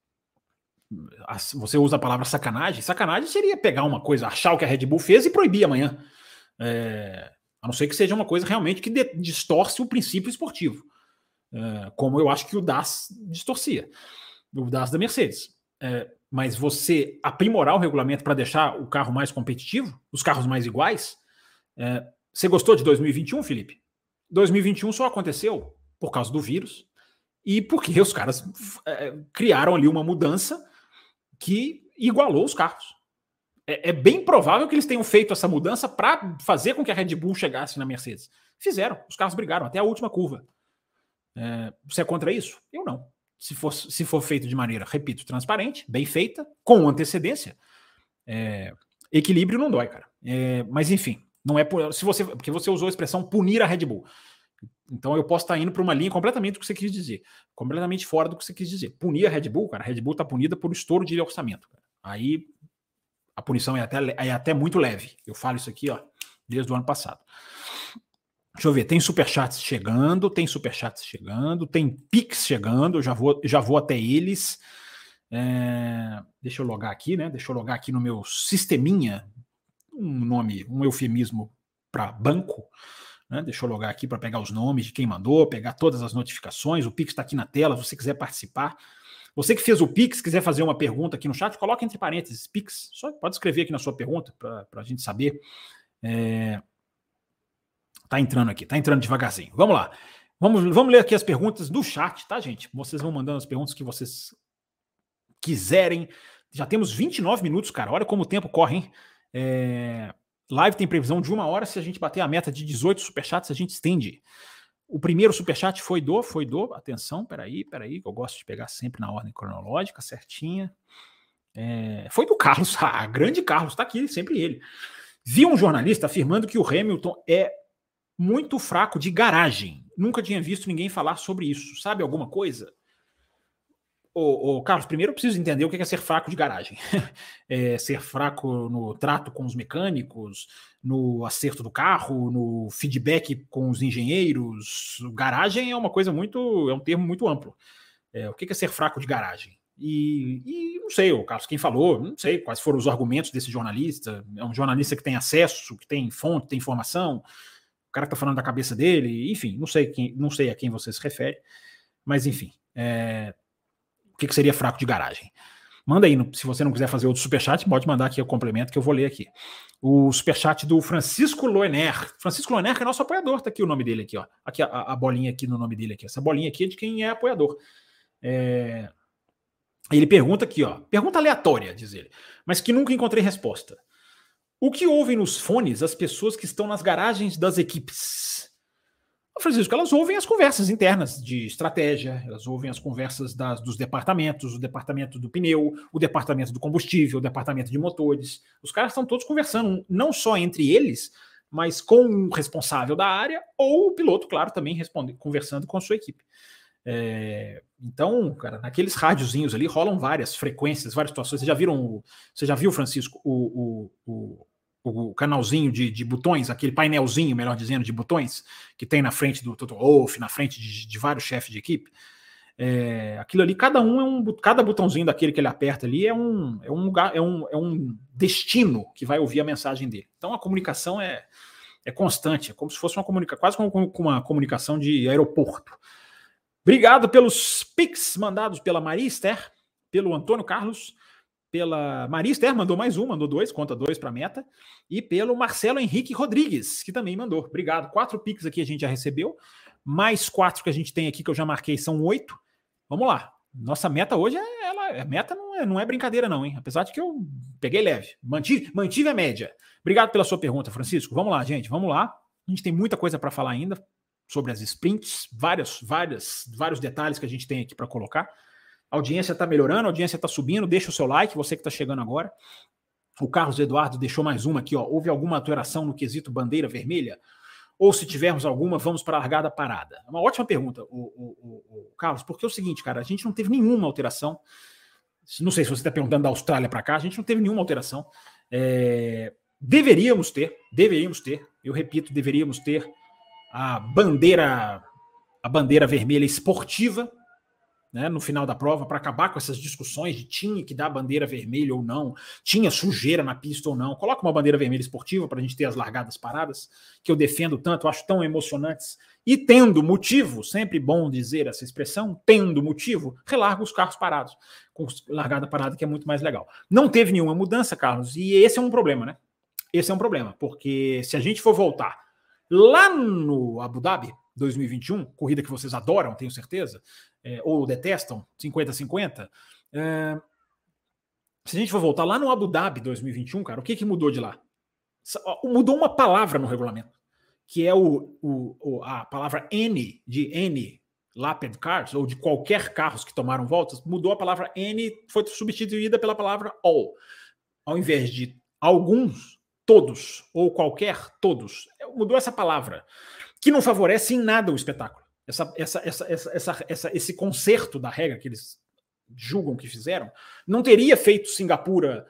as, você usa a palavra sacanagem. Sacanagem seria pegar uma coisa, achar o que a Red Bull fez e proibir amanhã. É, a não ser que seja uma coisa realmente que de, distorce o princípio esportivo. É, como eu acho que o D A S distorcia. O D A S da Mercedes. É, mas você aprimorar o regulamento para deixar o carro mais competitivo, os carros mais iguais. É, você gostou de dois mil e vinte e um, Felipe? dois mil e vinte e um só aconteceu por causa do vírus e porque os caras é, criaram ali uma mudança que igualou os carros. É, é bem provável que eles tenham feito essa mudança para fazer com que a Red Bull chegasse na Mercedes. Fizeram, os carros brigaram até a última curva. É, você é contra isso? Eu não. Se for, se for feito de maneira, repito, transparente, bem feita, com antecedência, é, equilíbrio não dói, cara. É, mas enfim, não é por, se você, porque você usou a expressão punir a Red Bull. Então eu posso estar indo para uma linha completamente do que você quis dizer, completamente fora do que você quis dizer. Punir a Red Bull, cara, a Red Bull está punida por estouro de orçamento. Cara. Aí a punição é até, é até muito leve. Eu falo isso aqui, ó, desde o ano passado. Deixa eu ver, tem superchats chegando, tem superchats chegando, tem Pix chegando, eu já vou, já vou até eles. É, deixa eu logar aqui, né? Deixa eu logar aqui no meu sisteminha, um nome, um eufemismo para banco, né? Deixa eu logar aqui para pegar os nomes de quem mandou, pegar todas as notificações. O Pix está aqui na tela, se você quiser participar. Você que fez o Pix, quiser fazer uma pergunta aqui no chat, coloca entre parênteses Pix. Só pode escrever aqui na sua pergunta para a gente saber. É, tá entrando aqui, tá entrando devagarzinho. Vamos lá. Vamos, vamos ler aqui as perguntas do chat, tá, gente? Vocês vão mandando as perguntas que vocês quiserem. Já temos vinte e nove minutos, cara. Olha como o tempo corre, hein? É... Live tem previsão de uma hora. Se a gente bater a meta de dezoito superchats, a gente estende. O primeiro superchat foi do, foi do. Atenção, peraí, peraí, que eu gosto de pegar sempre na ordem cronológica, certinha. É... Foi do Carlos, ah, grande Carlos, tá aqui, sempre ele. Vi um jornalista afirmando que o Hamilton é muito fraco de garagem. Nunca tinha visto ninguém falar sobre isso. Sabe alguma coisa? Ô, ô, Carlos, primeiro eu preciso entender o que é ser fraco de garagem. É ser fraco no trato com os mecânicos, no acerto do carro, no feedback com os engenheiros. Garagem é uma coisa muito, é um termo muito amplo. É, o que é ser fraco de garagem? E, e não sei, o Carlos, quem falou, não sei quais foram os argumentos desse jornalista. É um jornalista que tem acesso, que tem fonte, tem informação. O cara que está falando da cabeça dele, enfim, não sei, quem, não sei a quem você se refere, mas enfim. É, o que, que seria fraco de garagem? Manda aí, se você não quiser fazer outro superchat, pode mandar aqui o complemento que eu vou ler aqui. O superchat do Francisco Loener. Francisco Loener, que é nosso apoiador, tá aqui o nome dele aqui, ó. Aqui a, a bolinha aqui no nome dele aqui. Essa bolinha aqui é de quem é apoiador. É... Ele pergunta aqui, ó. Pergunta aleatória, diz ele, mas que nunca encontrei resposta. O que ouvem nos fones as pessoas que estão nas garagens das equipes? Francisco, elas ouvem as conversas internas de estratégia, elas ouvem as conversas das, dos departamentos, o departamento do pneu, o departamento do combustível, o departamento de motores. Os caras estão todos conversando, não só entre eles, mas com o responsável da área ou o piloto, claro, também responde, conversando com a sua equipe. É, então, cara, naqueles rádiozinhos ali rolam várias frequências, várias situações. Você já viram, você já viu, Francisco, o, o, o, o canalzinho de, de botões, aquele painelzinho, melhor dizendo, de botões, que tem na frente do Toto Wolff, na frente de, de vários chefes de equipe? É, aquilo ali, cada um é um, cada botãozinho daquele que ele aperta ali é um, é um lugar, é um, é um destino que vai ouvir a mensagem dele. Então a comunicação é, é constante, é como se fosse uma comunicação, quase como uma comunicação de aeroporto. Obrigado pelos pics mandados pela Maria Esther, pelo Antônio Carlos, pela Maria Esther, mandou mais um, mandou dois, conta dois para a meta, e pelo Marcelo Henrique Rodrigues, que também mandou. Obrigado. Quatro pics aqui a gente já recebeu, mais quatro que a gente tem aqui que eu já marquei são oito. Vamos lá. Nossa meta hoje é, ela, a meta não é, não é brincadeira não, hein? Apesar de que eu peguei leve, mantive, mantive a média. Obrigado pela sua pergunta, Francisco. Vamos lá, gente, vamos lá. A gente tem muita coisa para falar ainda sobre as sprints, várias, várias, vários detalhes que a gente tem aqui para colocar. A audiência está melhorando, a audiência está subindo. Deixa o seu like, você que está chegando agora. O Carlos Eduardo deixou mais uma aqui, ó. Houve alguma alteração no quesito bandeira vermelha? Ou se tivermos alguma, vamos para a largada parada? É uma ótima pergunta, o, o, o, o Carlos, porque é o seguinte, cara, a gente não teve nenhuma alteração. Não sei se você está perguntando da Austrália para cá, a gente não teve nenhuma alteração. É, deveríamos ter, deveríamos ter, eu repito, deveríamos ter a bandeira, a bandeira vermelha esportiva, né, no final da prova, para acabar com essas discussões de tinha que dar bandeira vermelha ou não, tinha sujeira na pista ou não. Coloca uma bandeira vermelha esportiva para a gente ter as largadas paradas, que eu defendo tanto, eu acho tão emocionantes. E tendo motivo, sempre bom dizer essa expressão, tendo motivo, relarga os carros parados, com largada parada, que é muito mais legal. Não teve nenhuma mudança, Carlos, e esse é um problema, né? Esse é um problema, porque se a gente for voltar lá no Abu Dhabi dois mil e vinte e um, corrida que vocês adoram, tenho certeza, é, ou detestam, cinquenta a cinquenta, é, se a gente for voltar lá no Abu Dhabi dois mil e vinte e um, cara, o que, que mudou de lá? Mudou uma palavra no regulamento, que é o, o, a palavra N, de N, Lapped Cars, ou de qualquer carros que tomaram voltas, mudou a palavra N, foi substituída pela palavra All. Ao invés de alguns, todos, ou qualquer, todos. Mudou essa palavra, que não favorece em nada o espetáculo. Essa, essa, essa, essa, essa, essa, esse conserto da regra que eles julgam que fizeram, não teria feito Singapura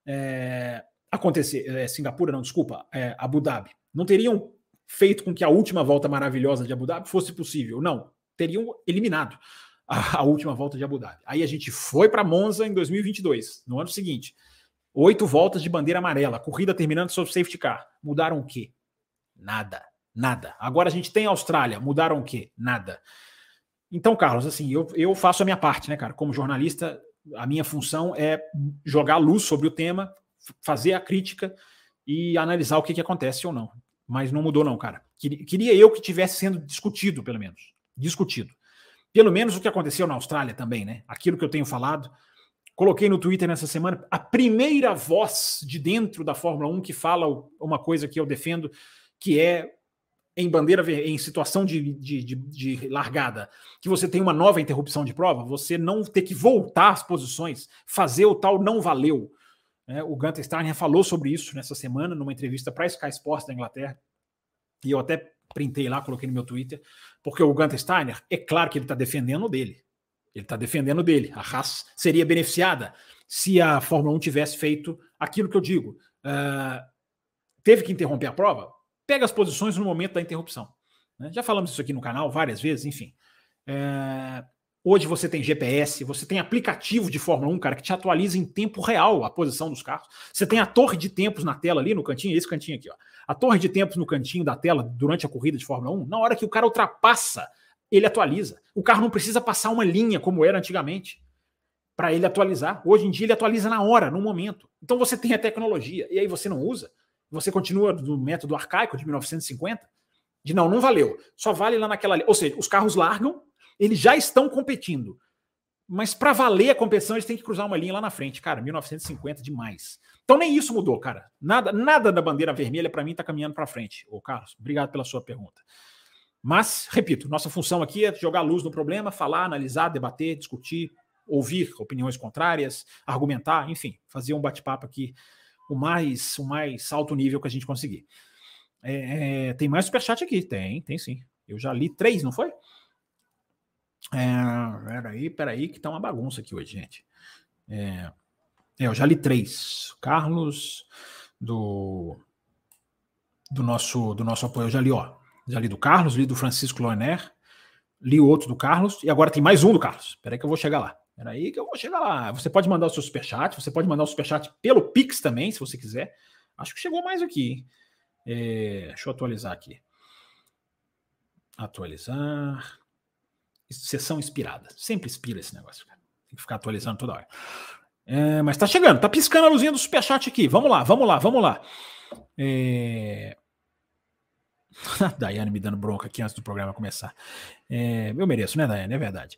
é, acontecer. É, Singapura, não, desculpa, é, Abu Dhabi. Não teriam feito com que a última volta maravilhosa de Abu Dhabi fosse possível. Não, teriam eliminado a, a última volta de Abu Dhabi. Aí a gente foi para Monza em dois mil e vinte e dois, no ano seguinte. Oito voltas de bandeira amarela, corrida terminando sob safety car. Mudaram o quê? Nada, nada. Agora a gente tem a Austrália, mudaram o quê? Nada. Então, Carlos, assim, eu, eu faço a minha parte, né, cara? Como jornalista, a minha função é jogar luz sobre o tema, fazer a crítica e analisar o que, que acontece ou não. Mas não mudou não, cara. Queria eu que tivesse sendo discutido, pelo menos. Discutido. Pelo menos o que aconteceu na Austrália também, né? Aquilo que eu tenho falado. Coloquei no Twitter nessa semana a primeira voz de dentro da Fórmula um que fala uma coisa que eu defendo, que é em bandeira, em situação de, de, de, de largada, que você tem uma nova interrupção de prova, você não ter que voltar às posições, fazer o tal não valeu. É, o Gunther Steiner falou sobre isso nessa semana, numa entrevista para a Sky Sports da Inglaterra, e eu até printei lá, coloquei no meu Twitter, porque o Gunther Steiner, é claro que ele está defendendo dele. Ele está defendendo dele. A Haas seria beneficiada se a Fórmula um tivesse feito aquilo que eu digo. Uh, teve que interromper a prova? Pega as posições no momento da interrupção. Né? Já falamos isso aqui no canal várias vezes, enfim. Uh, hoje você tem G P S, você tem aplicativo de Fórmula um, cara, que te atualiza em tempo real a posição dos carros. Você tem a torre de tempos na tela ali no cantinho, esse cantinho aqui, ó. A torre de tempos no cantinho da tela durante a corrida de Fórmula um, na hora que o cara ultrapassa, ele atualiza. O carro não precisa passar uma linha como era antigamente para ele atualizar. Hoje em dia ele atualiza na hora, no momento. Então você tem a tecnologia e aí você não usa. Você continua do método arcaico de mil novecentos e cinquenta, de não, não valeu. Só vale lá naquela... Ou seja, os carros largam, eles já estão competindo. Mas para valer a competição eles têm que cruzar uma linha lá na frente. Cara, mil novecentos e cinquenta demais. Então nem isso mudou, cara. Nada, nada da bandeira vermelha para mim está caminhando para frente. Ô Carlos, obrigado pela sua pergunta. Mas, repito, nossa função aqui é jogar luz no problema, falar, analisar, debater, discutir, ouvir opiniões contrárias, argumentar, enfim, fazer um bate-papo aqui o mais, o mais alto nível que a gente conseguir. É, é, tem mais superchat aqui? Tem, tem sim. Eu já li três, não foi? É, peraí, peraí, que tá uma bagunça aqui hoje, gente. É, é, eu já li três. Carlos, do, do, nosso, do nosso apoio, eu já li, ó. Já li do Carlos, li do Francisco Loiner, li o outro do Carlos, e agora tem mais um do Carlos. Espera aí que eu vou chegar lá. Espera aí que eu vou chegar lá. Você pode mandar o seu superchat, você pode mandar o superchat pelo Pix também, se você quiser. Acho que chegou mais aqui, hein? É, deixa eu atualizar aqui. Atualizar. Sessão inspirada. Sempre inspira esse negócio, cara. Tem que ficar atualizando toda hora. É, mas tá chegando, tá piscando a luzinha do superchat aqui. Vamos lá, vamos lá, vamos lá. É... A Daiane me dando bronca aqui antes do programa começar. É, eu mereço, né, Daiane? É verdade.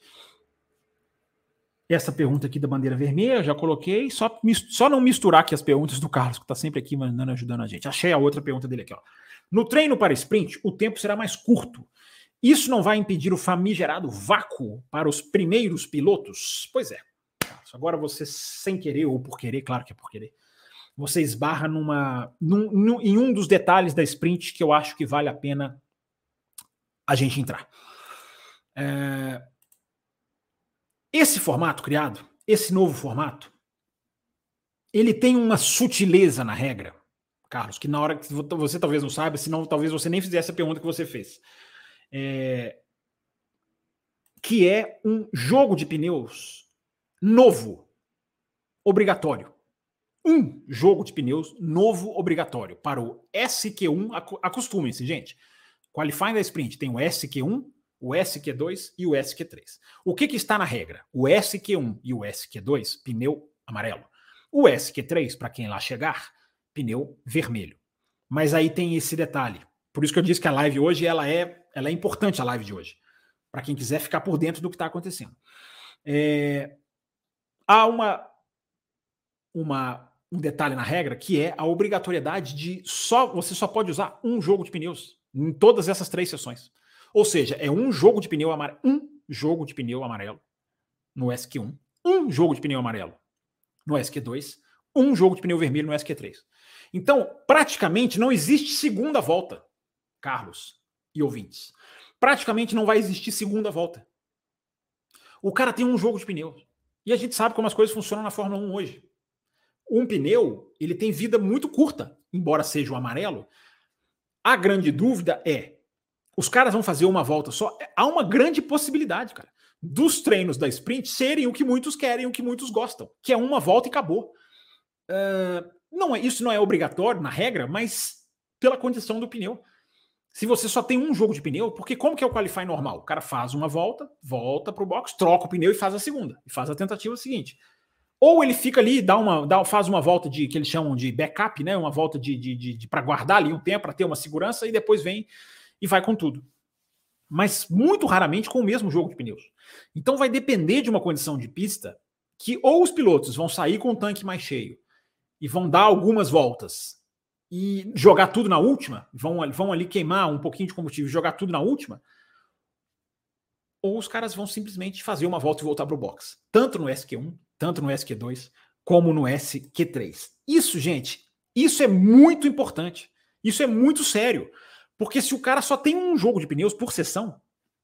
Essa pergunta aqui da bandeira vermelha, eu já coloquei. Só, só não misturar aqui as perguntas do Carlos, que está sempre aqui mandando, ajudando a gente. Achei a outra pergunta dele aqui, ó. No treino para sprint, o tempo será mais curto. Isso não vai impedir o famigerado vácuo para os primeiros pilotos? Pois é. Carlos, agora você, sem querer ou por querer, claro que é por querer, você esbarra numa, num, num, em um dos detalhes da sprint que eu acho que vale a pena a gente entrar. É, esse formato criado, esse novo formato, ele tem uma sutileza na regra, Carlos, que na hora que você talvez não saiba, senão talvez você nem fizesse a pergunta que você fez. É, que é um jogo de pneus novo, obrigatório. Um jogo de pneus novo obrigatório para o S Q um. Acostumem-se, gente. Qualifying da sprint tem o S Q um, o S Q dois e o S Q três. O que, que está na regra? O S Q um e o S Q dois, pneu amarelo. O S Q três, para quem lá chegar, pneu vermelho. Mas aí tem esse detalhe. Por isso que eu disse que a live hoje ela é, ela é importante, a live de hoje. Para quem quiser ficar por dentro do que está acontecendo. É, há uma, uma, um detalhe na regra que é a obrigatoriedade de só você só pode usar um jogo de pneus em todas essas três sessões. Ou seja, é um jogo de pneu amarelo, um jogo de pneu amarelo no S Q um, um jogo de pneu amarelo no S Q dois, um jogo de pneu vermelho no S Q três. Então, praticamente não existe segunda volta, Carlos e ouvintes. Praticamente não vai existir segunda volta. O cara tem um jogo de pneu. E a gente sabe como as coisas funcionam na Fórmula um hoje. Um pneu, ele tem vida muito curta, embora seja o amarelo. A grande dúvida é, os caras vão fazer uma volta só? Há uma grande possibilidade, cara. dos treinos da sprint serem o que muitos querem, o que muitos gostam, que é uma volta e acabou. Uh, não é, isso não é obrigatório na regra, mas pela condição do pneu. Se você só tem um jogo de pneu, porque como que é o qualify normal? O cara faz uma volta, volta para o box, troca o pneu e faz a segunda, e faz a tentativa seguinte. Ou ele fica ali, dá uma, dá, faz uma volta de que eles chamam de backup, né? Uma volta de, de, de, de para guardar ali um tempo, para ter uma segurança, e depois vem e vai com tudo. Mas muito raramente com o mesmo jogo de pneus. Então vai depender de uma condição de pista que ou os pilotos vão sair com o tanque mais cheio e vão dar algumas voltas e jogar tudo na última, vão, vão ali queimar um pouquinho de combustível e jogar tudo na última, ou os caras vão simplesmente fazer uma volta e voltar para o box. Tanto no S Q um, tanto no S Q dois, como no S Q três. Isso, gente, isso é muito importante. Isso é muito sério. Porque se o cara só tem um jogo de pneus por sessão,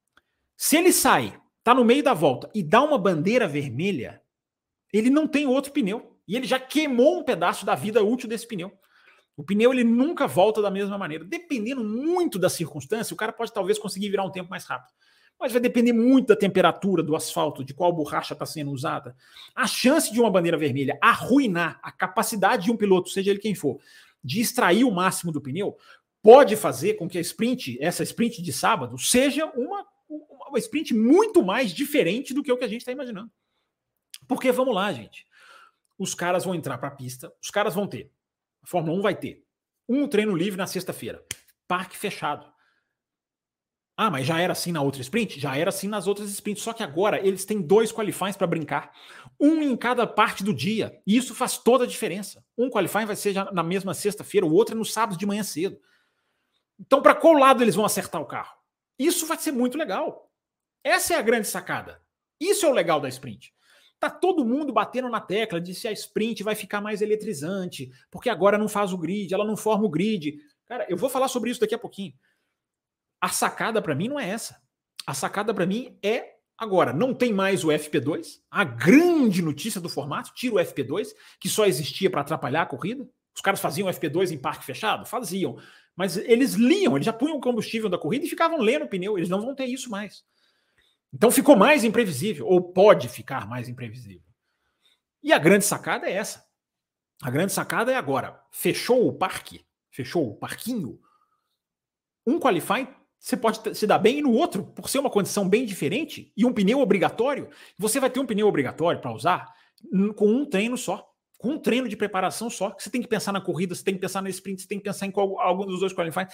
se ele sai, tá no meio da volta e dá uma bandeira vermelha, ele não tem outro pneu. E ele já queimou um pedaço da vida útil desse pneu. O pneu ele nunca volta da mesma maneira. Dependendo muito da circunstância, o cara pode talvez conseguir virar um tempo mais rápido. Mas vai depender muito da temperatura do asfalto, de qual borracha está sendo usada. A chance de uma bandeira vermelha arruinar a capacidade de um piloto, seja ele quem for, de extrair o máximo do pneu, pode fazer com que a sprint, essa sprint de sábado, seja uma, uma sprint muito mais diferente do que o que a gente está imaginando. Porque, vamos lá, gente, os caras vão entrar para a pista, os caras vão ter, a Fórmula um vai ter um treino livre na sexta-feira, parque fechado. Ah, mas já era assim na outra sprint? Já era assim nas outras sprints, só que agora eles têm dois qualifies para brincar, um em cada parte do dia, e isso faz toda a diferença. Um qualifying vai ser já na mesma sexta-feira, o outro é no sábado de manhã cedo. Então, para qual lado eles vão acertar o carro? Isso vai ser muito legal. Essa é a grande sacada. Isso é o legal da sprint. Tá todo mundo batendo na tecla de se a sprint vai ficar mais eletrizante, porque agora não faz o grid, ela não forma o grid. Cara, eu vou falar sobre isso daqui a pouquinho. A sacada para mim não é essa. A sacada para mim é agora, não tem mais o F P dois, a grande notícia do formato, tira o F P dois, que só existia para atrapalhar a corrida. Os caras faziam F P dois em parque fechado? Faziam. Mas eles liam, eles já punham o combustível da corrida e ficavam lendo o pneu. Eles não vão ter isso mais. Então ficou mais imprevisível, ou pode ficar mais imprevisível. E a grande sacada é essa. A grande sacada é agora, fechou o parque, fechou o parquinho, um qualify você pode se dar bem e no outro, por ser uma condição bem diferente, e um pneu obrigatório, você vai ter um pneu obrigatório para usar com um treino só, com um treino de preparação só, que você tem que pensar na corrida, você tem que pensar na sprint, você tem que pensar em qual, algum dos dois qualifies.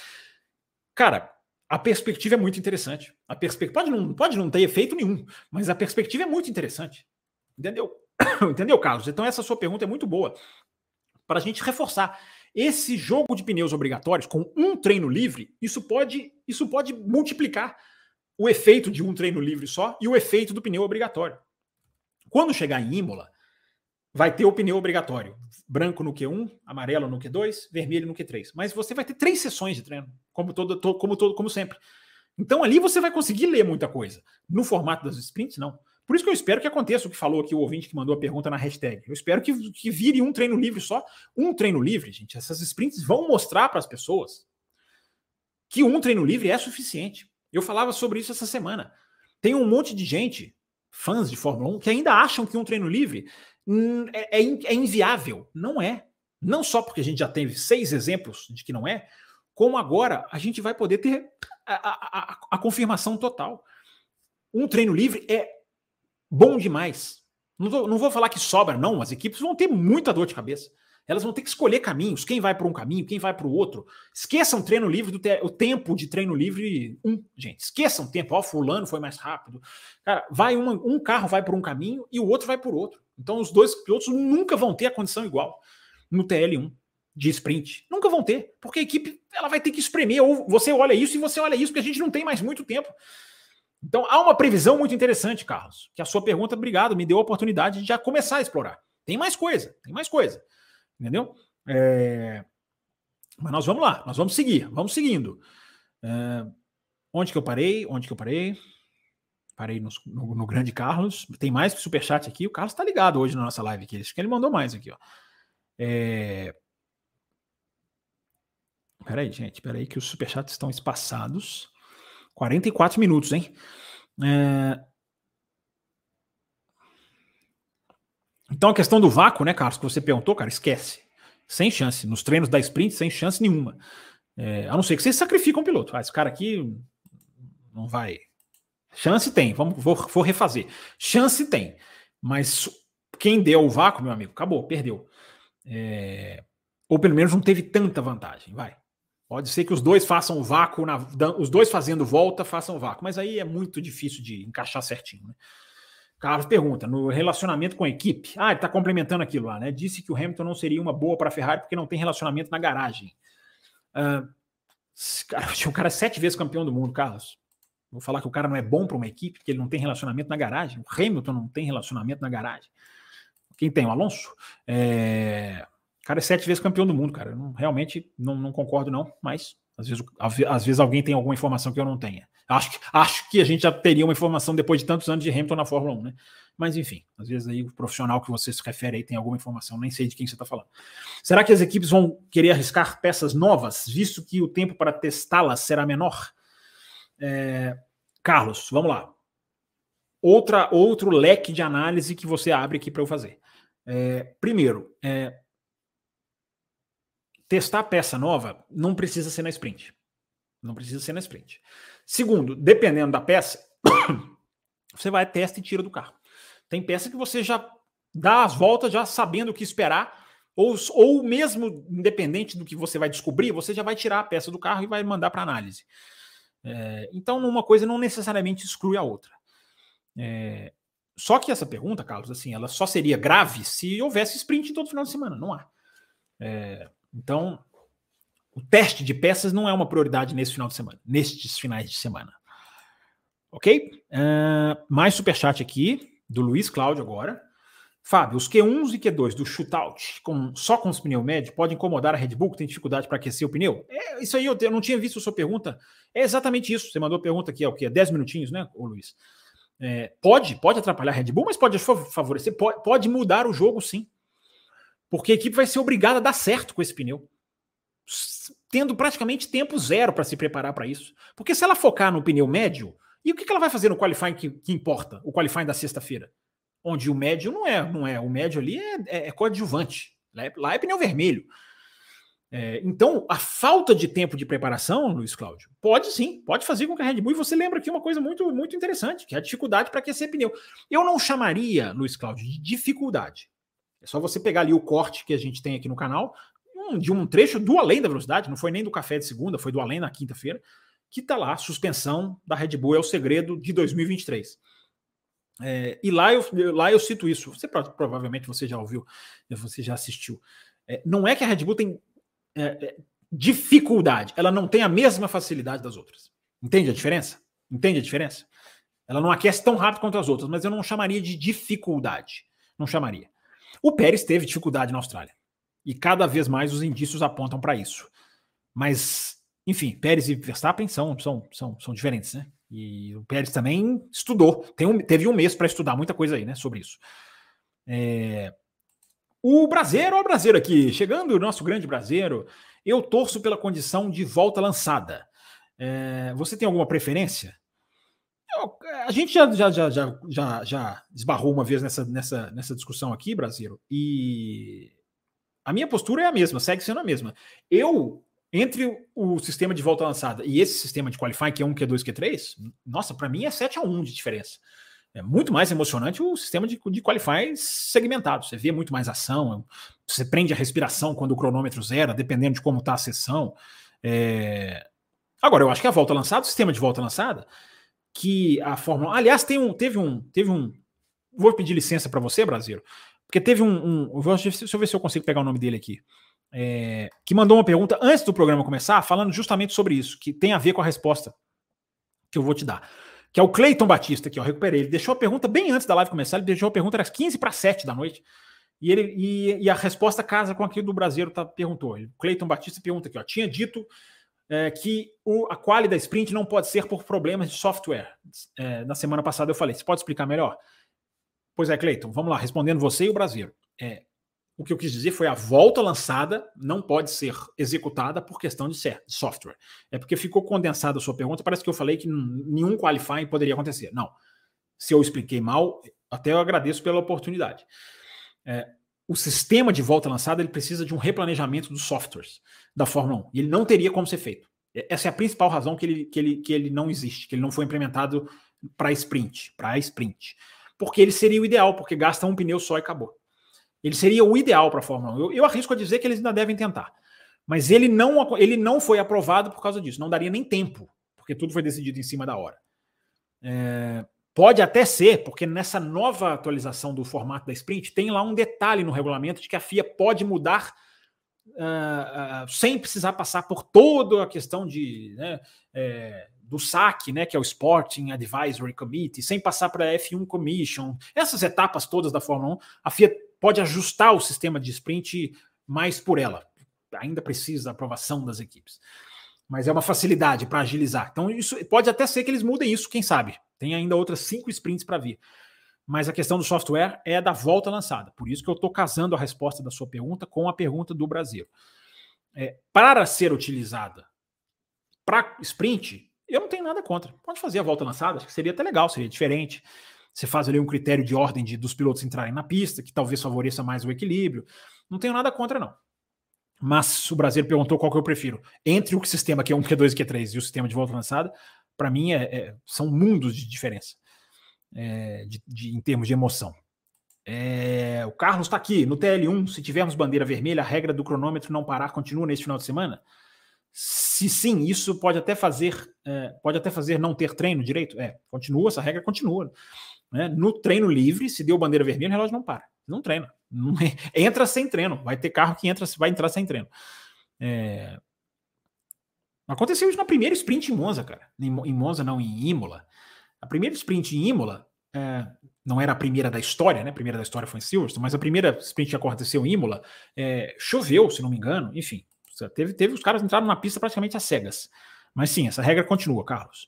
Cara, a perspectiva é muito interessante. A perspectiva pode não, pode não ter efeito nenhum, mas a perspectiva é muito interessante. Entendeu? Entendeu, Carlos? Então essa sua pergunta é muito boa para a gente reforçar. Esse jogo de pneus obrigatórios com um treino livre, isso pode, isso pode multiplicar o efeito de um treino livre só e o efeito do pneu obrigatório. Quando chegar em Imola, vai ter o pneu obrigatório. Branco no Q um, amarelo no Q dois, vermelho no Q três. Mas você vai ter três sessões de treino, como, todo, todo, como, todo, como sempre. Então ali você vai conseguir ler muita coisa. No formato das sprints, não. Por isso que eu espero que aconteça o que falou aqui o ouvinte que mandou a pergunta na hashtag. Eu espero que, que vire um treino livre só. Um treino livre, gente, essas sprints vão mostrar para as pessoas que um treino livre é suficiente. Eu falava sobre isso essa semana. Tem um monte de gente, fãs de Fórmula um, que ainda acham que um treino livre hum, é, é, é inviável. Não é. Não só porque a gente já teve seis exemplos de que não é, como agora a gente vai poder ter a, a, a, a confirmação total. Um treino livre é bom demais. Não, tô, não vou falar que sobra, não. As equipes vão ter muita dor de cabeça. Elas vão ter que escolher caminhos. Quem vai para um caminho, quem vai para o outro. Esqueçam treino livre, do te, o tempo de treino livre. Um, gente, esqueçam o tempo. Ó, fulano foi mais rápido. Cara, vai uma, um carro vai por um caminho e o outro vai por outro. Então os dois pilotos nunca vão ter a condição igual no T L um de sprint. Nunca vão ter. Porque a equipe ela vai ter que espremer. Ou você olha isso e você olha isso, porque a gente não tem mais muito tempo. Então, há uma previsão muito interessante, Carlos, que a sua pergunta, obrigado, me deu a oportunidade de já começar a explorar. Tem mais coisa, tem mais coisa, entendeu? É... Mas nós vamos lá, nós vamos seguir, vamos seguindo. É... Onde que eu parei? Onde que eu parei? Parei no, no, no grande Carlos. Tem mais superchat aqui, o Carlos tá ligado hoje na nossa live aqui, acho que ele mandou mais aqui, ó. É... Peraí, gente, peraí que os superchats estão espaçados. quarenta e quatro minutos, hein? É... Então a questão do vácuo, né, Carlos, que você perguntou, cara, esquece. Sem chance. Nos treinos da sprint, sem chance nenhuma. É, a não ser que vocês sacrificam o piloto. Ah, esse cara aqui não vai... Chance tem, vamos, vou, vou refazer. Chance tem, mas quem deu o vácuo, meu amigo, acabou, perdeu. É, ou pelo menos não teve tanta vantagem, vai. Pode ser que os dois façam o vácuo, na, os dois fazendo volta façam o vácuo, mas aí é muito difícil de encaixar certinho, né? Carlos pergunta, no relacionamento com a equipe, ah, ele está complementando aquilo lá, né? Disse que o Hamilton não seria uma boa para a Ferrari porque não tem relacionamento na garagem. Uh, cara, o cara é sete vezes campeão do mundo, Carlos. Vou falar que o cara não é bom para uma equipe porque ele não tem relacionamento na garagem. O Hamilton não tem relacionamento na garagem. Quem tem? O Alonso? É... O cara é sete vezes campeão do mundo, cara. Eu não, realmente não, não concordo, não. Mas às vezes, às vezes alguém tem alguma informação que eu não tenha. Acho, acho que a gente já teria uma informação depois de tantos anos de Hamilton na Fórmula um, né? Mas enfim, às vezes aí o profissional que você se refere aí tem alguma informação, nem sei de quem você está falando. Será que as equipes vão querer arriscar peças novas, visto que o tempo para testá-las será menor? É, Carlos, vamos lá. Outra, outro leque de análise que você abre aqui para eu fazer. É, primeiro, é, testar peça nova não precisa ser na sprint. Não precisa ser na sprint. Segundo, dependendo da peça, você vai, testa e tira do carro. Tem peça que você já dá as voltas já sabendo o que esperar, ou, ou mesmo independente do que você vai descobrir, você já vai tirar a peça do carro e vai mandar para análise. É, então, uma coisa não necessariamente exclui a outra. É, só que essa pergunta, Carlos, assim, ela só seria grave se houvesse sprint todo final de semana. Não há. É, então, o teste de peças não é uma prioridade nesse final de semana, nestes finais de semana. Ok? Uh, mais superchat aqui, do Luiz Cláudio agora. Fábio, os Q um e Q dois do shootout, com, só com os pneus médios, pode incomodar a Red Bull, que tem dificuldade para aquecer o pneu? É, isso aí eu, eu não tinha visto a sua pergunta. É exatamente isso. Você mandou a pergunta aqui, é o quê? dez minutinhos, né, ô Luiz? É, pode, pode atrapalhar a Red Bull, mas pode favorecer, pode, pode mudar o jogo, sim. Porque a equipe vai ser obrigada a dar certo com esse pneu, tendo praticamente tempo zero para se preparar para isso. Porque se ela focar no pneu médio, e o que ela vai fazer no qualifying que, que importa? O qualifying da sexta-feira? Onde o médio não é, não é. O médio ali é, é, é coadjuvante. Lá é, lá é pneu vermelho. É, então, a falta de tempo de preparação, Luiz Cláudio, pode sim, pode fazer com que a Red Bull, e você lembra aqui uma coisa muito, muito interessante, que é a dificuldade para aquecer pneu. Eu não chamaria, Luiz Cláudio, de dificuldade. É só você pegar ali o corte que a gente tem aqui no canal, um, de um trecho do Além da Velocidade, não foi nem do Café de segunda, foi do Além na quinta-feira, que está lá, suspensão da Red Bull é o segredo de dois mil e vinte e três. É, e lá eu, lá eu cito isso, você provavelmente você já ouviu, você já assistiu. É, não é que a Red Bull tem é, é, dificuldade, ela não tem a mesma facilidade das outras. Entende a diferença? Entende a diferença? Ela não aquece tão rápido quanto as outras, mas eu não chamaria de dificuldade. Não chamaria. O Pérez teve dificuldade na Austrália. E cada vez mais os indícios apontam para isso. Mas, enfim, Pérez e Verstappen são, são, são, são diferentes, né? E o Pérez também estudou. Tem um, teve um mês para estudar muita coisa aí, né? Sobre isso. É... O Brasileiro, ó, o Brasileiro aqui, chegando o nosso grande Brasileiro, eu torço pela condição de volta lançada. É... Você tem alguma preferência? Eu, a gente já, já, já, já, já, já esbarrou uma vez nessa, nessa, nessa discussão aqui, Brasileiro, e a minha postura é a mesma, segue sendo a mesma. Eu, entre o sistema de volta lançada e esse sistema de qualifying, que é um, Q dois, Q três, nossa, para mim é sete a um de diferença. É muito mais emocionante o sistema de, de qualifying segmentado. Você vê muito mais ação, você prende a respiração quando o cronômetro zera, dependendo de como está a sessão. É... Agora, eu acho que a volta lançada, o sistema de volta lançada, que a Fórmula... Aliás, tem um, teve um... Teve um vou pedir licença para você, Brasileiro, porque teve um... um vou, deixa eu ver se eu consigo pegar o nome dele aqui. É, que mandou uma pergunta antes do programa começar, falando justamente sobre isso, que tem a ver com a resposta que eu vou te dar. Que é o Cleiton Batista, que eu recuperei. Ele deixou a pergunta bem antes da live começar, ele deixou a pergunta às quinze para sete da noite, e, ele, e, e a resposta casa com aquilo do Brasileiro tá, perguntou. O Cleiton Batista pergunta aqui, ó, tinha dito é, que o, a quali da sprint não pode ser por problemas de software. É, na semana passada eu falei, você pode explicar melhor? Pois é, Cleiton, vamos lá, respondendo você e o Brasileiro. É, o que eu quis dizer foi a volta lançada não pode ser executada por questão de software. É porque ficou condensada a sua pergunta, parece que eu falei que nenhum qualifying poderia acontecer. Não. Se eu expliquei mal, até eu agradeço pela oportunidade. É, o sistema de volta lançada ele precisa de um replanejamento dos softwares da Fórmula um. E ele não teria como ser feito. Essa é a principal razão que ele, que ele, que ele não existe, que ele não foi implementado para sprint, para sprint. Porque ele seria o ideal, porque gasta um pneu só e acabou. Ele seria o ideal para a Fórmula um. Eu, eu arrisco a dizer que eles ainda devem tentar. Mas ele não, ele não foi aprovado por causa disso. Não daria nem tempo, porque tudo foi decidido em cima da hora. É, pode até ser, porque nessa nova atualização do formato da sprint, tem lá um detalhe no regulamento de que a F I A pode mudar uh, uh, sem precisar passar por toda a questão de, né, é, do S A C, né, que é o Sporting Advisory Committee, sem passar para a F um Commission. Essas etapas todas da Fórmula um, a F I A pode ajustar o sistema de sprint mais por ela. Ainda precisa da aprovação das equipes. Mas é uma facilidade para agilizar. Então, isso pode até ser que eles mudem isso, quem sabe. Tem ainda outras cinco sprints para vir. Mas a questão do software é da volta lançada. Por isso que eu estou casando a resposta da sua pergunta com a pergunta do Brasil. É, para ser utilizada para sprint, eu não tenho nada contra. Pode fazer a volta lançada, acho que seria até legal, seria diferente. Você faz ali um critério de ordem de, dos pilotos entrarem na pista, que talvez favoreça mais o equilíbrio. Não tenho nada contra, não. Mas o Brasil perguntou qual que eu prefiro. Entre o sistema Q um, Q dois e Q três e o sistema de volta lançada, para mim é, é, são mundos de diferença é, de, de, em termos de emoção. É, o Carlos está aqui. No T L um, se tivermos bandeira vermelha, a regra do cronômetro não parar continua neste final de semana? Se sim, isso pode até fazer é, pode até fazer não ter treino direito? É, continua, essa regra continua. Né? No treino livre, se deu bandeira vermelha, o relógio não para. Não treina. Não é, entra sem treino. Vai ter carro que entra, vai entrar sem treino. É, aconteceu isso na primeira sprint em Monza, cara. Em, em Monza, não, em Imola. A primeira sprint em Imola é, não era a primeira da história, né? A primeira da história foi em Silverstone, mas a primeira sprint que aconteceu em Imola é, choveu, se não me engano. Enfim, teve, teve os caras entraram na pista praticamente às cegas. Mas sim, essa regra continua, Carlos.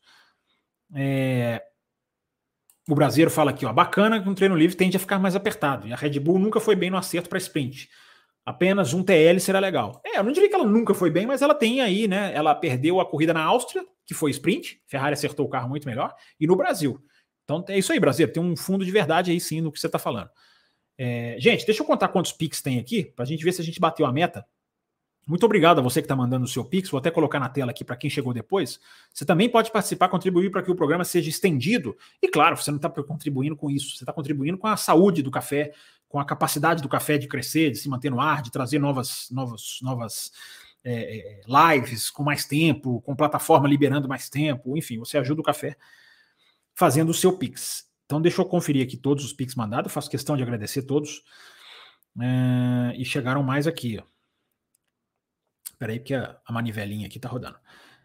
É, o brasileiro fala aqui, ó, bacana que um treino livre tende a ficar mais apertado. E a Red Bull nunca foi bem no acerto para sprint. Apenas um T L será legal. É, eu não diria que ela nunca foi bem, mas ela tem aí, né? Ela perdeu a corrida na Áustria, que foi sprint. Ferrari acertou o carro muito melhor. E no Brasil. Então é isso aí, brasileiro. Tem um fundo de verdade aí sim no que você está falando. É, gente, deixa eu contar quantos Pix tem aqui, para a gente ver se a gente bateu a meta. Muito obrigado a você que está mandando o seu Pix. Vou até colocar na tela aqui para quem chegou depois. Você também pode participar, contribuir para que o programa seja estendido. E claro, você não está contribuindo com isso. Você está contribuindo com a saúde do café, com a capacidade do café de crescer, de se manter no ar, de trazer novas, novas, novas é, lives com mais tempo, com plataforma liberando mais tempo. Enfim, você ajuda o café fazendo o seu Pix. Então deixa eu conferir aqui todos os Pix mandados. Eu faço questão de agradecer todos. É, e chegaram mais aqui, ó. Espera aí, porque a, a manivelinha aqui está rodando.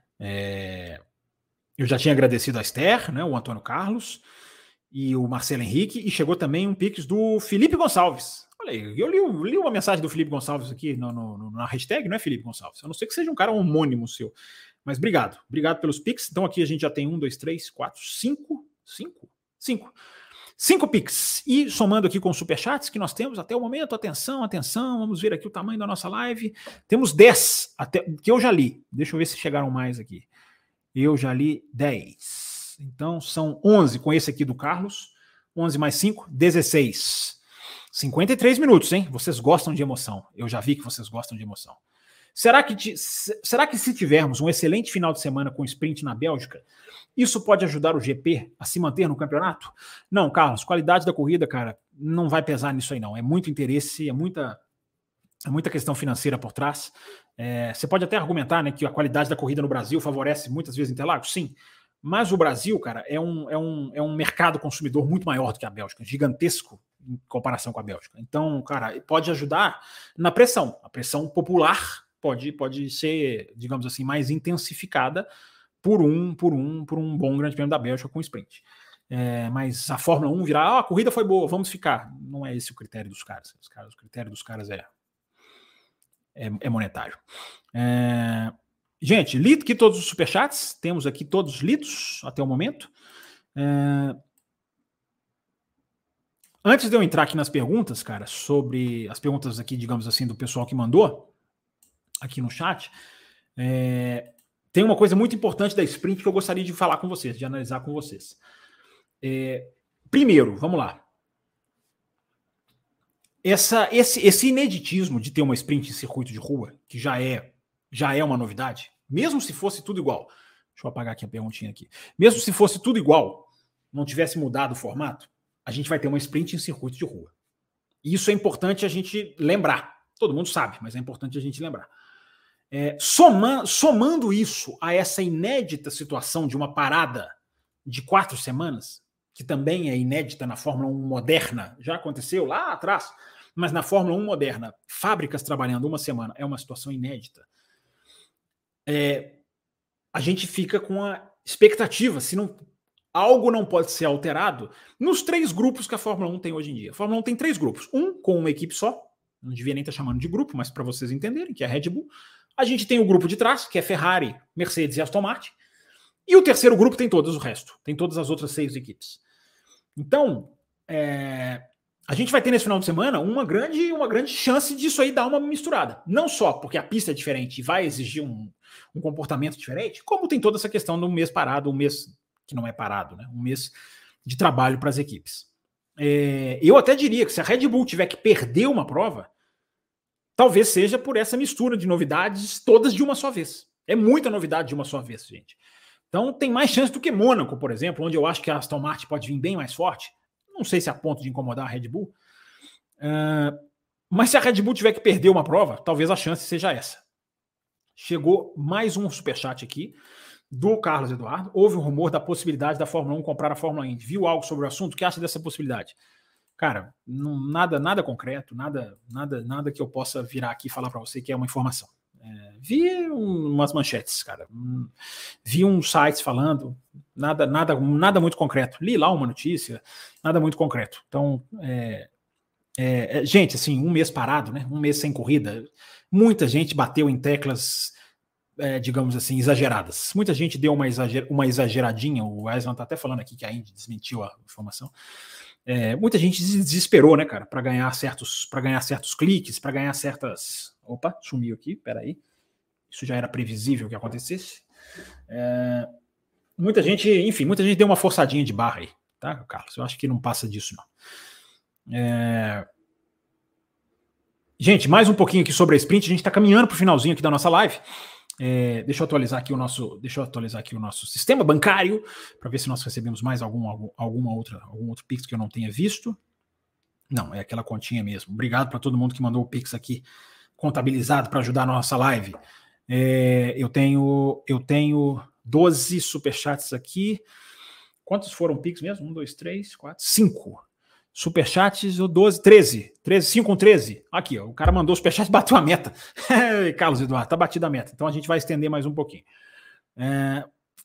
É, eu já tinha agradecido a Esther, né, o Antônio Carlos e o Marcelo Henrique, e chegou também um pix do Felipe Gonçalves. Olha aí, eu li, li uma mensagem do Felipe Gonçalves aqui no, no, na hashtag, não é Felipe Gonçalves, a não ser que seja um cara homônimo seu. Mas obrigado, obrigado pelos pix. Então aqui a gente já tem um, dois, três, quatro, cinco, cinco, cinco. Cinco Pix. E somando aqui com os superchats que nós temos até o momento, atenção, atenção, vamos ver aqui o tamanho da nossa live. Temos dez, até, que eu já li. Deixa eu ver se chegaram mais aqui. Eu já li dez. Então são onze com esse aqui do Carlos. onze mais cinco, dezesseis. cinquenta e três minutos, hein? Vocês gostam de emoção. Eu já vi que vocês gostam de emoção. Será que, será que se tivermos um excelente final de semana com sprint na Bélgica, isso pode ajudar o G P a se manter no campeonato? Não, Carlos, qualidade da corrida, cara, não vai pesar nisso aí não. É muito interesse, é muita, é muita questão financeira por trás. É, você pode até argumentar, né, que a qualidade da corrida no Brasil favorece muitas vezes Interlagos, sim. Mas o Brasil, cara, é um, é, um, é um mercado consumidor muito maior do que a Bélgica, gigantesco em comparação com a Bélgica. Então, cara, pode ajudar na pressão. A pressão popular pode, pode ser, digamos assim, mais intensificada por um, por um, por um bom grande prêmio da Bélgica com sprint. É, mas a Fórmula um virar, ah, a corrida foi boa, vamos ficar. Não é esse o critério dos caras. Os caras o critério dos caras é, é, é monetário. É, gente, lido aqui todos os superchats. Temos aqui todos lidos até o momento. É, antes de eu entrar aqui nas perguntas, cara, sobre as perguntas aqui, digamos assim, do pessoal que mandou aqui no chat, é, tem uma coisa muito importante da sprint que eu gostaria de falar com vocês, de analisar com vocês. É, primeiro, vamos lá. essa, esse, esse ineditismo de ter uma sprint em circuito de rua, que já é, já é uma novidade, mesmo se fosse tudo igual, deixa eu apagar aqui a perguntinha aqui, mesmo se fosse tudo igual, não tivesse mudado o formato, a gente vai ter uma sprint em circuito de rua. E isso é importante a gente lembrar. Todo mundo sabe, mas é importante a gente lembrar. É, soma, somando isso a essa inédita situação de uma parada de quatro semanas, que também é inédita na Fórmula um moderna, já aconteceu lá atrás, mas na Fórmula um moderna, fábricas trabalhando uma semana é uma situação inédita. É, a gente fica com a expectativa, se não, algo não pode ser alterado, nos três grupos que a Fórmula um tem hoje em dia. A Fórmula um tem três grupos, um com uma equipe só, não devia nem estar chamando de grupo, mas para vocês entenderem, que é a Red Bull. A gente tem o grupo de trás, que é Ferrari, Mercedes e Aston Martin. E o terceiro grupo tem todos o resto, tem todas as outras seis equipes. Então, é, a gente vai ter nesse final de semana uma grande, uma grande chance disso aí dar uma misturada. Não só porque a pista é diferente e vai exigir um, um comportamento diferente, como tem toda essa questão do mês parado, um mês que não é parado, né? Um mês de trabalho para as equipes. É, eu até diria que se a Red Bull tiver que perder uma prova, talvez seja por essa mistura de novidades todas de uma só vez. É muita novidade de uma só vez, gente. Então tem mais chance do que Mônaco, por exemplo, onde eu acho que a Aston Martin pode vir bem mais forte. Não sei se é a ponto de incomodar a Red Bull. Uh, mas se a Red Bull tiver que perder uma prova, talvez a chance seja essa. Chegou mais um superchat aqui do Carlos Eduardo. Houve um rumor da possibilidade da Fórmula um comprar a Fórmula Indy. Viu algo sobre o assunto? O que acha dessa possibilidade? Cara, não, nada, nada concreto, nada, nada, nada que eu possa virar aqui e falar para você que é uma informação. É, vi um, umas manchetes, cara. Um, vi uns sites falando, nada, nada, nada muito concreto. Li lá uma notícia, nada muito concreto. Então, é, é, é, gente, assim, um mês parado, né? Um mês sem corrida. Muita gente bateu em teclas, é, digamos assim, exageradas. Muita gente deu uma, exager, uma exageradinha. O Aislan está até falando aqui que a Indy desmentiu a informação. É, muita gente se desesperou, né, cara, para ganhar certos, para ganhar certos cliques, para ganhar certas. Opa, sumiu aqui, peraí. Isso já era previsível que acontecesse. É, muita gente, enfim, muita gente deu uma forçadinha de barra aí, tá, Carlos? Eu acho que não passa disso, não. É... Gente, mais um pouquinho aqui sobre a sprint. A gente está caminhando para o finalzinho aqui da nossa live. É, deixa eu atualizar aqui o nosso, deixa eu atualizar aqui o nosso sistema bancário para ver se nós recebemos mais algum, algum, alguma outra, algum outro Pix que eu não tenha visto. Não, é aquela continha mesmo. Obrigado para todo mundo que mandou o Pix aqui contabilizado para ajudar a nossa live. É, eu tenho, eu tenho doze superchats aqui. Quantos foram Pix mesmo? Um, dois, três, quatro, cinco. Superchats, doze, treze. treze, cinco com treze. Aqui, ó, o cara mandou o superchat e bateu a meta. Carlos Eduardo, tá batida a meta. Então a gente vai estender mais um pouquinho. É,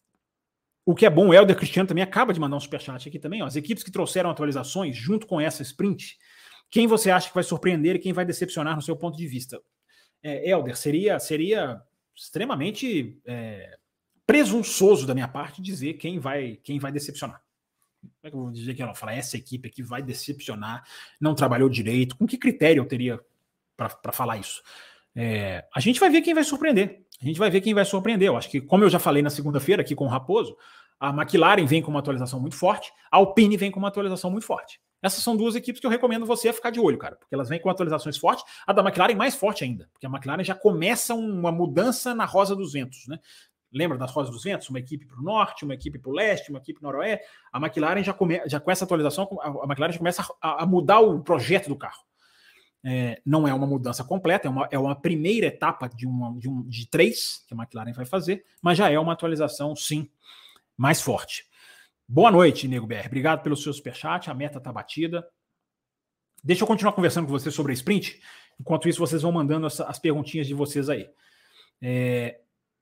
o que é bom, o Helder Cristiano também acaba de mandar um superchat aqui também. Ó, as equipes que trouxeram atualizações junto com essa sprint, quem você acha que vai surpreender e quem vai decepcionar no seu ponto de vista? É, Helder, seria, seria extremamente é, presunçoso da minha parte dizer quem vai, quem vai decepcionar. Como é que eu vou dizer que ela fala, essa equipe aqui vai decepcionar, não trabalhou direito? Com que critério eu teria para falar isso? É, a gente vai ver quem vai surpreender. A gente vai ver quem vai surpreender. Eu acho que, como eu já falei na segunda-feira aqui com o Raposo, a McLaren vem com uma atualização muito forte, a Alpine vem com uma atualização muito forte. Essas são duas equipes que eu recomendo você a ficar de olho, cara, porque elas vêm com atualizações fortes, a da McLaren mais forte ainda, porque a McLaren já começa uma mudança na rosa dos ventos, né? Lembra das rosas dos ventos? Uma equipe para o norte, uma equipe para o leste, uma equipe para o noroeste. A McLaren já, come, já com essa atualização, a McLaren já começa a, a mudar o projeto do carro. É, não é uma mudança completa, é uma, é uma primeira etapa de, uma, de, um, de três que a McLaren vai fazer, mas já é uma atualização, sim, mais forte. Boa noite, Nego B R. Obrigado pelo seu superchat, a meta está batida. Deixa eu continuar conversando com vocês sobre a sprint. Enquanto isso, vocês vão mandando as, as perguntinhas de vocês aí. É,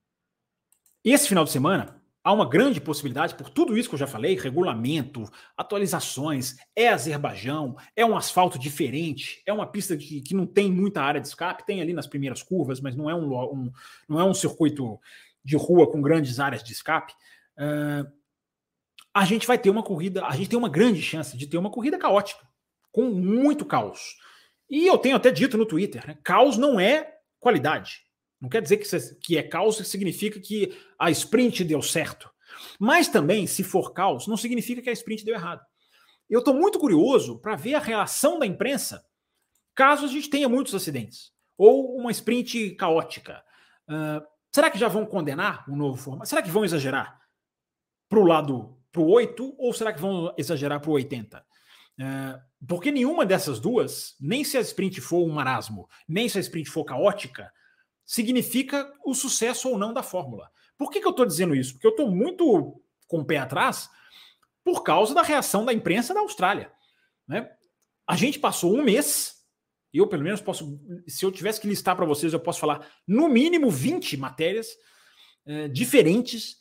esse final de semana, há uma grande possibilidade, por tudo isso que eu já falei, regulamento, atualizações, é Azerbaijão, é um asfalto diferente, é uma pista que, que não tem muita área de escape, tem ali nas primeiras curvas, mas não é um, um, não é um circuito de rua com grandes áreas de escape. Uh, a gente vai ter uma corrida, a gente tem uma grande chance de ter uma corrida caótica, com muito caos. E eu tenho até dito no Twitter, né, caos não é qualidade. Não quer dizer que, que é caos significa que a sprint deu certo. Mas também, se for caos, não significa que a sprint deu errado. Eu estou muito curioso para ver a reação da imprensa caso a gente tenha muitos acidentes, ou uma sprint caótica. Uh, será que já vão condenar o novo formato? Será que vão exagerar para o lado, para o oito, ou será que vão exagerar para o oitenta? Uh, porque nenhuma dessas duas, nem se a sprint for um marasmo, nem se a sprint for caótica, significa o sucesso ou não da fórmula. Por que, que eu estou dizendo isso? Porque eu estou muito com o pé atrás por causa da reação da imprensa da Austrália, né? A gente passou um mês, eu pelo menos posso, se eu tivesse que listar para vocês, eu posso falar no mínimo vinte matérias eh, diferentes,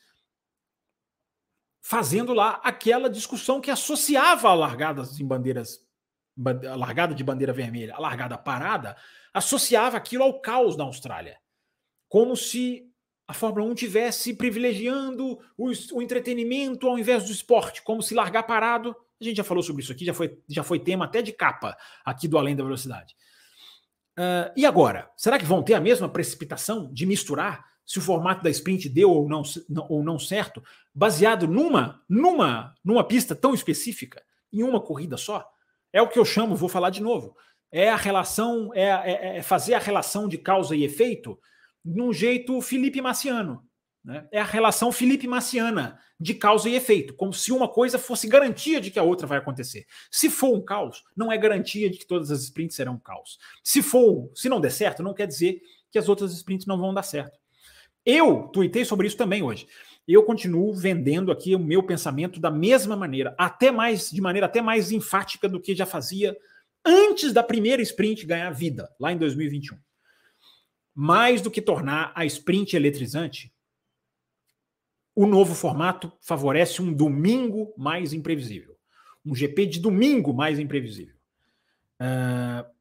fazendo lá aquela discussão que associava a largadas em bandeiras, a largada de bandeira vermelha, a largada parada, associava aquilo ao caos na Austrália. Como se a Fórmula um tivesse privilegiando o, o entretenimento ao invés do esporte, como se largar parado. A gente já falou sobre isso aqui, já foi, já foi tema até de capa aqui do Além da Velocidade. Uh, e agora? Será que vão ter a mesma precipitação de misturar se o formato da sprint deu ou não, ou não certo, baseado numa, numa, numa pista tão específica, em uma corrida só? É o que eu chamo, vou falar de novo, é a relação, é, é, é fazer a relação de causa e efeito num jeito Felipe Massiano, né? É a relação Felipe Massiana de causa e efeito, como se uma coisa fosse garantia de que a outra vai acontecer. Se for um caos, não é garantia de que todas as sprints serão um caos. Se for, se não der certo, não quer dizer que as outras sprints não vão dar certo. Eu tuitei sobre isso também hoje. Eu continuo vendendo aqui o meu pensamento da mesma maneira, até mais, de maneira até mais enfática do que já fazia antes da primeira sprint ganhar vida, lá em dois mil e vinte e um. Mais do que tornar a sprint eletrizante, o novo formato favorece um domingo mais imprevisível. Um G P de domingo mais imprevisível. Uh,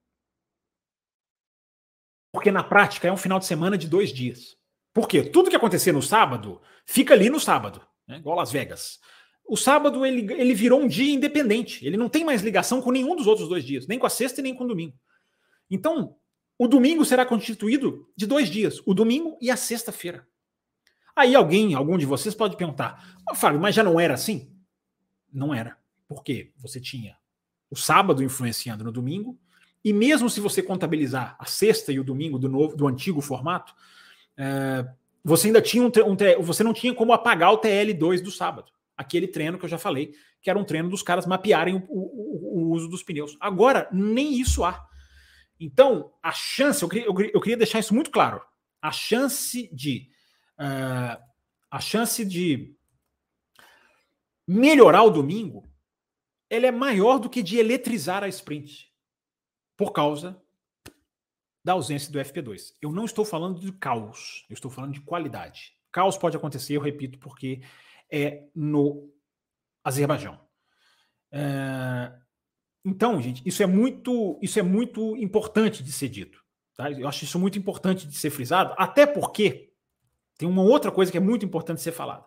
porque na prática é um final de semana de dois dias. Por quê? Tudo que acontecer no sábado fica ali no sábado, né? Igual Las Vegas. O sábado ele, ele virou um dia independente. Ele não tem mais ligação com nenhum dos outros dois dias, nem com a sexta e nem com o domingo. Então, o domingo será constituído de dois dias, o domingo e a sexta-feira. Aí alguém, algum de vocês pode perguntar, oh, Fábio, mas já não era assim? Não era. Por quê? Você tinha o sábado influenciando no domingo, e mesmo se você contabilizar a sexta e o domingo do, novo, do antigo formato, é, você ainda tinha um, um você não tinha como apagar o T L dois do sábado. Aquele treino que eu já falei, que era um treino dos caras mapearem o, o, o uso dos pneus. Agora, nem isso há. Então, a chance, eu queria, eu queria deixar isso muito claro, a chance de uh, a chance de melhorar o domingo, ela é maior do que de eletrizar a sprint, por causa da ausência do F P dois. Eu não estou falando de caos, eu estou falando de qualidade. Caos pode acontecer, eu repito, porque é no Azerbaijão. Uh, Então, gente, isso é muito, isso é muito importante de ser dito. Tá? Eu acho isso muito importante de ser frisado, até porque tem uma outra coisa que é muito importante de ser falada.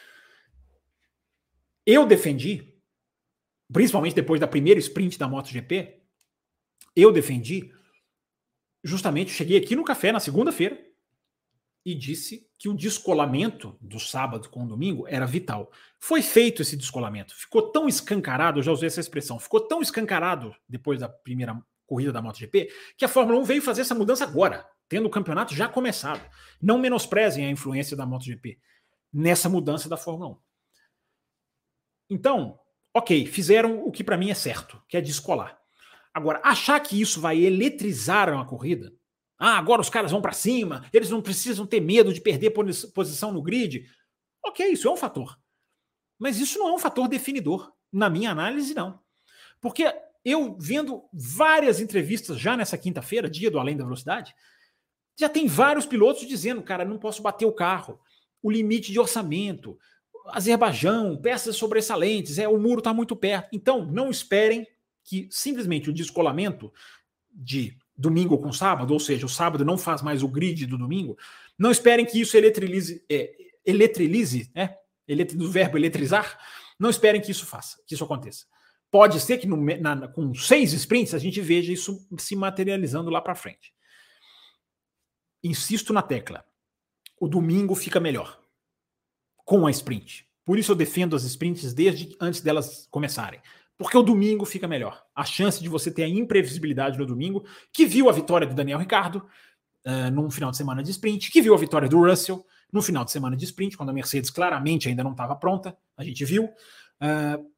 Eu defendi, principalmente depois da primeira sprint da MotoGP, eu defendi, justamente, cheguei aqui no café na segunda-feira e disse que o descolamento do sábado com o domingo era vital. Foi feito esse descolamento. Ficou tão escancarado, eu já usei essa expressão, ficou tão escancarado depois da primeira corrida da MotoGP, que a Fórmula um veio fazer essa mudança agora, tendo o campeonato já começado. Não menosprezem a influência da MotoGP nessa mudança da Fórmula um. Então, ok, fizeram o que para mim é certo, que é descolar. Agora, achar que isso vai eletrizar uma corrida, ah, agora os caras vão para cima, eles não precisam ter medo de perder posição no grid. Ok, isso é um fator. Mas isso não é um fator definidor. Na minha análise, não. Porque eu, vendo várias entrevistas já nessa quinta-feira, dia do Além da Velocidade, já tem vários pilotos dizendo, cara, não posso bater o carro, o limite de orçamento, Azerbaijão, peças sobressalentes, é, o muro está muito perto. Então, não esperem que simplesmente o descolamento de domingo com sábado, ou seja, o sábado não faz mais o grid do domingo, não esperem que isso eletrize, é, eletrize, né? Eletri, do verbo eletrizar, não esperem que isso faça, que isso aconteça. Pode ser que no, na, com seis sprints a gente veja isso se materializando lá para frente. Insisto na tecla, o domingo fica melhor com a sprint. Por isso eu defendo as sprints desde antes delas começarem. Porque o domingo fica melhor. A chance de você ter a imprevisibilidade no domingo, que viu a vitória do Daniel Ricciardo uh, num final de semana de sprint, que viu a vitória do Russell no final de semana de sprint, quando a Mercedes claramente ainda não estava pronta, a gente viu. Uh,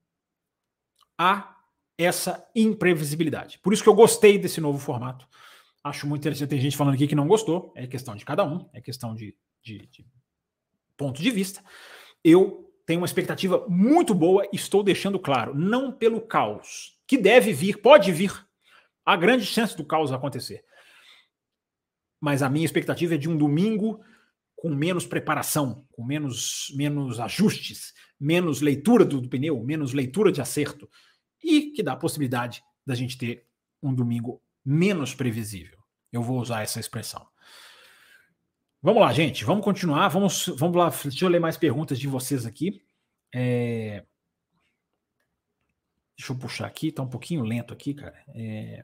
há essa imprevisibilidade. Por isso que eu gostei desse novo formato. Acho muito interessante. Tem gente falando aqui que não gostou. É questão de cada um. É questão de, de, de ponto de vista. Eu tenho uma expectativa muito boa e estou deixando claro. Não pelo caos, que deve vir, pode vir. Há grande chance do caos acontecer. Mas a minha expectativa é de um domingo com menos preparação, com menos, menos ajustes, menos leitura do, do pneu, menos leitura de acerto. E que dá a possibilidade da gente ter um domingo menos previsível. Eu vou usar essa expressão. Vamos lá, gente. Vamos continuar. Vamos, vamos lá. Deixa eu ler mais perguntas de vocês aqui. É... Deixa eu puxar aqui. Tá um pouquinho lento aqui, cara. É...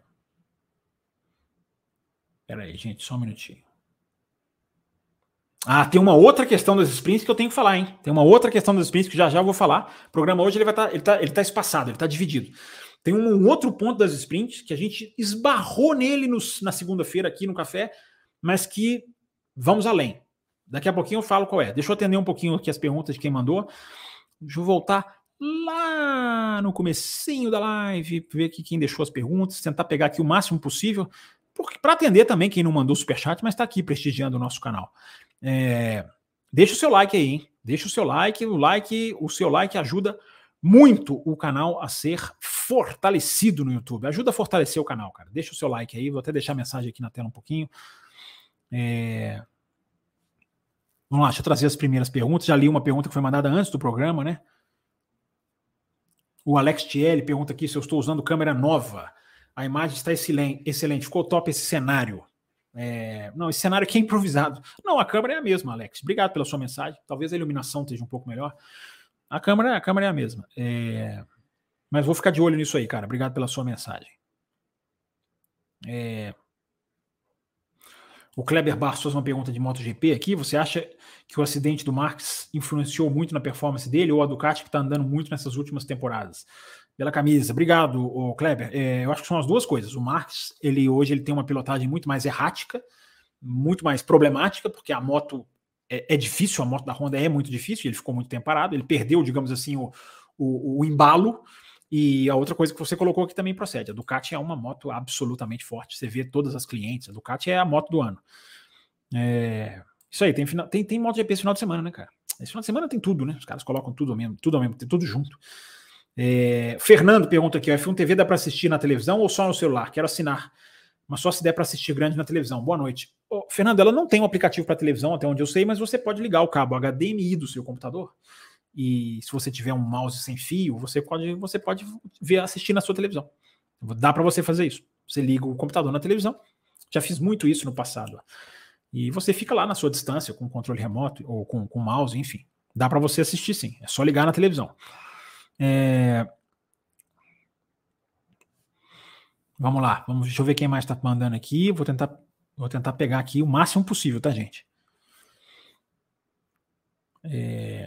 Pera aí, gente. Só um minutinho. Ah, tem uma outra questão das sprints que eu tenho que falar, hein? Tem uma outra questão das sprints que já já eu vou falar. O programa hoje ele vai estar, ele tá, ele tá espaçado, ele tá dividido. Tem um outro ponto das sprints que a gente esbarrou nele no, na segunda-feira aqui no café, mas que vamos além. Daqui a pouquinho eu falo qual é. Deixa eu atender um pouquinho aqui as perguntas de quem mandou. Deixa eu voltar lá no comecinho da live, ver aqui quem deixou as perguntas, tentar pegar aqui o máximo possível, para atender também quem não mandou superchat, mas está aqui prestigiando o nosso canal. É, deixa o seu like aí, hein? Deixa o seu like, o like, o seu like ajuda muito o canal a ser fortalecido no YouTube. Ajuda a fortalecer o canal, cara. Deixa o seu like aí, vou até deixar a mensagem aqui na tela um pouquinho. É... Vamos lá, deixa eu trazer as primeiras perguntas. Já li uma pergunta que foi mandada antes do programa, né? O Alex Thiel pergunta aqui se eu estou usando câmera nova. A imagem está excelente, ficou top esse cenário. É... Não, esse cenário aqui é improvisado. Não, a câmera é a mesma, Alex. Obrigado pela sua mensagem. Talvez a iluminação esteja um pouco melhor. A câmera, a câmera é a mesma. É... Mas vou ficar de olho nisso aí, cara. Obrigado pela sua mensagem. É... O Kleber Barros faz uma pergunta de MotoGP aqui. Você acha que o acidente do Marques influenciou muito na performance dele ou a Ducati que está andando muito nessas últimas temporadas? Pela camisa. Obrigado, o Kleber. É, eu acho que são as duas coisas. O Marques, ele hoje ele tem uma pilotagem muito mais errática, muito mais problemática, porque a moto é, é difícil, a moto da Honda é muito difícil, ele ficou muito tempo parado, ele perdeu, digamos assim, o, o, o embalo. E a outra coisa que você colocou aqui também procede. A Ducati é uma moto absolutamente forte. Você vê todas as clientes. A Ducati é a moto do ano. É... Isso aí, tem, final... tem, tem MotoGP esse final de semana, né, cara? Esse final de semana tem tudo, né? Os caras colocam tudo ao mesmo, tudo ao mesmo, tem tudo junto. É... Fernando pergunta aqui, o F um T V dá para assistir na televisão ou só no celular? Quero assinar, mas só se der para assistir grande na televisão. Boa noite. Ô, Fernando, ela não tem um aplicativo para televisão, até onde eu sei, mas você pode ligar o cabo H D M I do seu computador. E se você tiver um mouse sem fio, você pode, você pode ver, assistir na sua televisão. Dá para você fazer isso. Você liga o computador na televisão. Já fiz muito isso no passado. E você fica lá na sua distância com controle remoto ou com, com mouse, enfim. Dá para você assistir sim. É só ligar na televisão. É... Vamos lá. Vamos, deixa eu ver quem mais está mandando aqui. Vou tentar, vou tentar pegar aqui o máximo possível, tá, gente? É...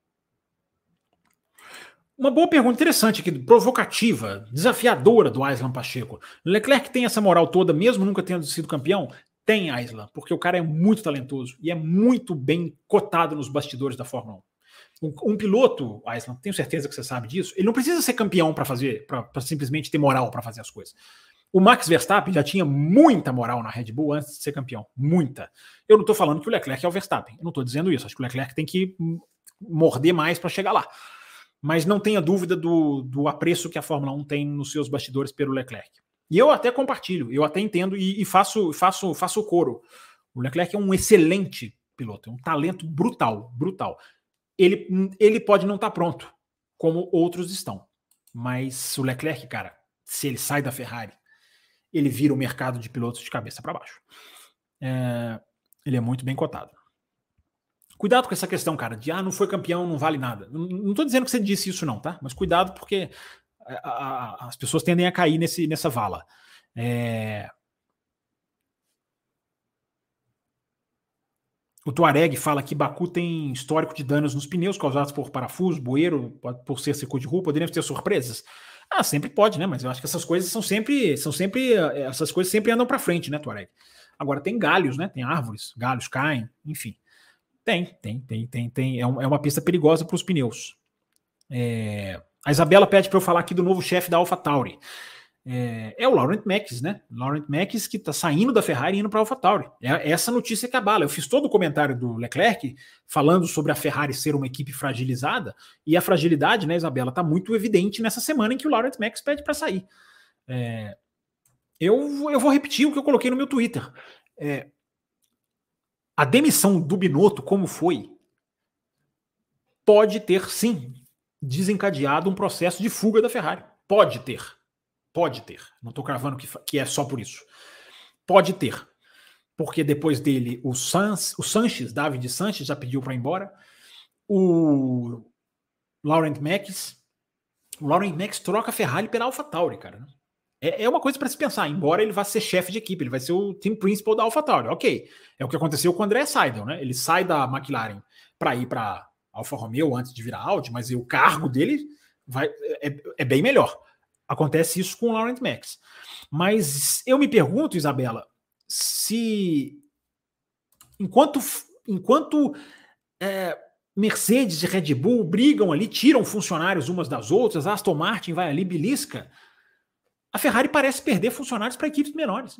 Uma boa pergunta interessante aqui, provocativa, desafiadora do Aislan Pacheco. Leclerc tem essa moral toda, mesmo nunca tendo sido campeão? Tem, Aislan, porque o cara é muito talentoso e é muito bem cotado nos bastidores da Fórmula um. Um, um piloto, Aislan, tenho certeza que você sabe disso, ele não precisa ser campeão para fazer, para simplesmente ter moral para fazer as coisas. O Max Verstappen já tinha muita moral na Red Bull antes de ser campeão, muita. Eu não estou falando que o Leclerc é o Verstappen, eu não estou dizendo isso, acho que o Leclerc tem que morder mais para chegar lá. Mas não tenha dúvida do, do apreço que a Fórmula um tem nos seus bastidores pelo Leclerc. E eu até compartilho, eu até entendo e, e faço, faço, faço o coro. O Leclerc é um excelente piloto, é um talento brutal, brutal. Ele, ele pode não estar pronto, como outros estão. Mas o Leclerc, cara, se ele sai da Ferrari, ele vira o mercado de pilotos de cabeça para baixo. É, ele é muito bem cotado. Cuidado com essa questão, cara, de ah, não foi campeão, não vale nada. Não, não tô dizendo que você disse isso não, tá? Mas cuidado porque a, a, as pessoas tendem a cair nesse, nessa vala. É... O Tuareg fala que Baku tem histórico de danos nos pneus causados por parafuso, bueiro, por ser circuito de rua, poderíamos ter surpresas? Ah, sempre pode, né? Mas eu acho que essas coisas são sempre, são sempre, essas coisas sempre andam para frente, né, Tuareg? Agora tem galhos, né? Tem árvores, galhos caem, enfim. Tem, tem, tem, tem, tem. É, um, é uma pista perigosa para os pneus. É... A Isabela pede para eu falar aqui do novo chefe da AlphaTauri. É, é o Laurent Max, né? Laurent Max que está saindo da Ferrari e indo para a AlphaTauri. É essa notícia que abala. Eu fiz todo o comentário do Leclerc falando sobre a Ferrari ser uma equipe fragilizada, e a fragilidade, né, Isabela, está muito evidente nessa semana em que o Laurent Max pede para sair. É, eu, eu vou repetir o que eu coloquei no meu Twitter. É, a demissão do Binotto, como foi, pode ter, sim, desencadeado um processo de fuga da Ferrari. Pode ter. Pode ter. Não estou cravando que, que é só por isso. Pode ter. Porque depois dele, o, Sans, o Sanches, David Sanches, já pediu para ir embora. O Laurent Max. O Laurent Max troca a Ferrari pela AlphaTauri, cara. É, é uma coisa para se pensar. Embora ele vá ser chefe de equipe, ele vai ser o team principal da AlphaTauri. Ok. É o que aconteceu com o André Seidel, né? Ele sai da McLaren para ir para Alfa Romeo antes de virar Audi, mas o cargo dele vai, é, é bem melhor. Acontece isso com o Laurent Max. Mas eu me pergunto, Isabela, se enquanto, enquanto é, Mercedes e Red Bull brigam ali, tiram funcionários umas das outras, a Aston Martin vai ali, belisca, a Ferrari parece perder funcionários para equipes menores.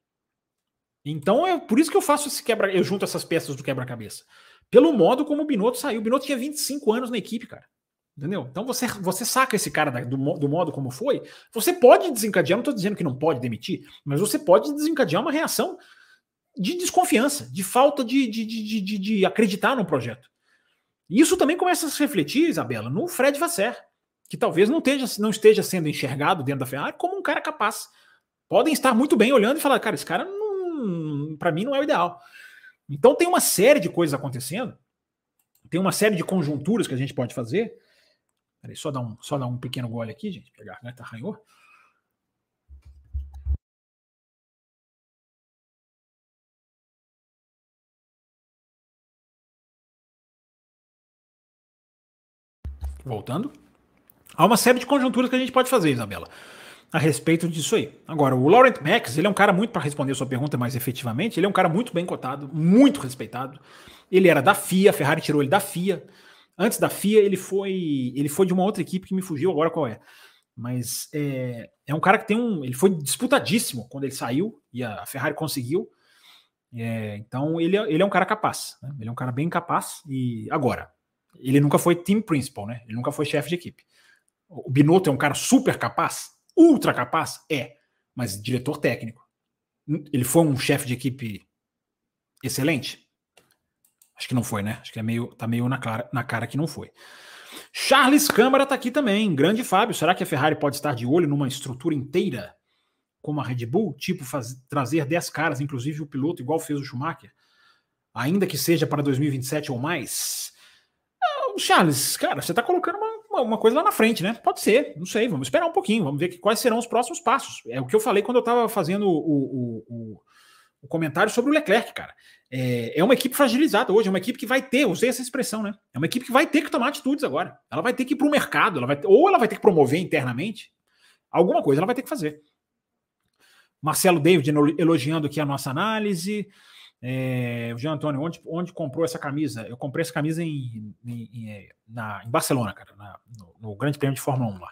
Então é por isso que eu faço esse quebra, eu junto essas peças do quebra-cabeça. Pelo modo como o Binotto saiu. O Binotto tinha vinte e cinco anos na equipe, cara. Entendeu? Então você, você saca esse cara da, do, do modo como foi, você pode desencadear, não estou dizendo que não pode demitir, mas você pode desencadear uma reação de desconfiança, de falta de, de, de, de, de acreditar no projeto. E isso também começa a se refletir, Isabela, no Fred Vasseur, que talvez não esteja, não esteja sendo enxergado dentro da Ferrari como um cara capaz. Podem estar muito bem olhando e falar, cara, esse cara para mim não é o ideal. Então tem uma série de coisas acontecendo, tem uma série de conjunturas que a gente pode fazer. Peraí, só dar um, só dar um pequeno gole aqui, gente, porque a garganta arranhou. Voltando. Há uma série de conjunturas que a gente pode fazer, Isabela, a respeito disso aí. Agora, o Laurent Max, ele é um cara muito, para responder a sua pergunta mais efetivamente, ele é um cara muito bem cotado, muito respeitado. Ele era da F I A, a Ferrari tirou ele da F I A. Antes da F I A, ele foi, ele foi de uma outra equipe que me fugiu agora qual é. Mas é, é um cara que tem um... Ele foi disputadíssimo quando ele saiu e a Ferrari conseguiu. É, então, ele é, ele é um cara capaz. Né? Ele é um cara bem capaz. E agora, ele nunca foi team principal, né? Ele nunca foi chefe de equipe. O Binotto é um cara super capaz, ultra capaz? É. Mas diretor técnico. Ele foi um chefe de equipe excelente? Acho que não foi, né? Acho que é meio, tá meio na, clara, na cara que não foi. Charles Câmara tá aqui também. Grande Fábio. Será que a Ferrari pode estar de olho numa estrutura inteira como a Red Bull? Tipo, faz, trazer dez caras, inclusive o piloto, igual fez o Schumacher? Ainda que seja para dois mil e vinte e sete ou mais? Ah, Charles, cara, você tá colocando uma, uma, uma coisa lá na frente, né? Pode ser, não sei. Vamos esperar um pouquinho. Vamos ver que, quais serão os próximos passos. É o que eu falei quando eu tava fazendo o, o, o, o comentário sobre o Leclerc, cara. É, é uma equipe fragilizada hoje, é uma equipe que vai ter, usei essa expressão, né? É uma equipe que vai ter que tomar atitudes agora. Ela vai ter que ir para o mercado, ela vai, ou ela vai ter que promover internamente, alguma coisa ela vai ter que fazer. Marcelo David elogiando aqui a nossa análise. É, o Jean Antônio, onde, onde comprou essa camisa? Eu comprei essa camisa em, em, em, na, em Barcelona, cara, na, no, no Grande Prêmio de Fórmula um lá.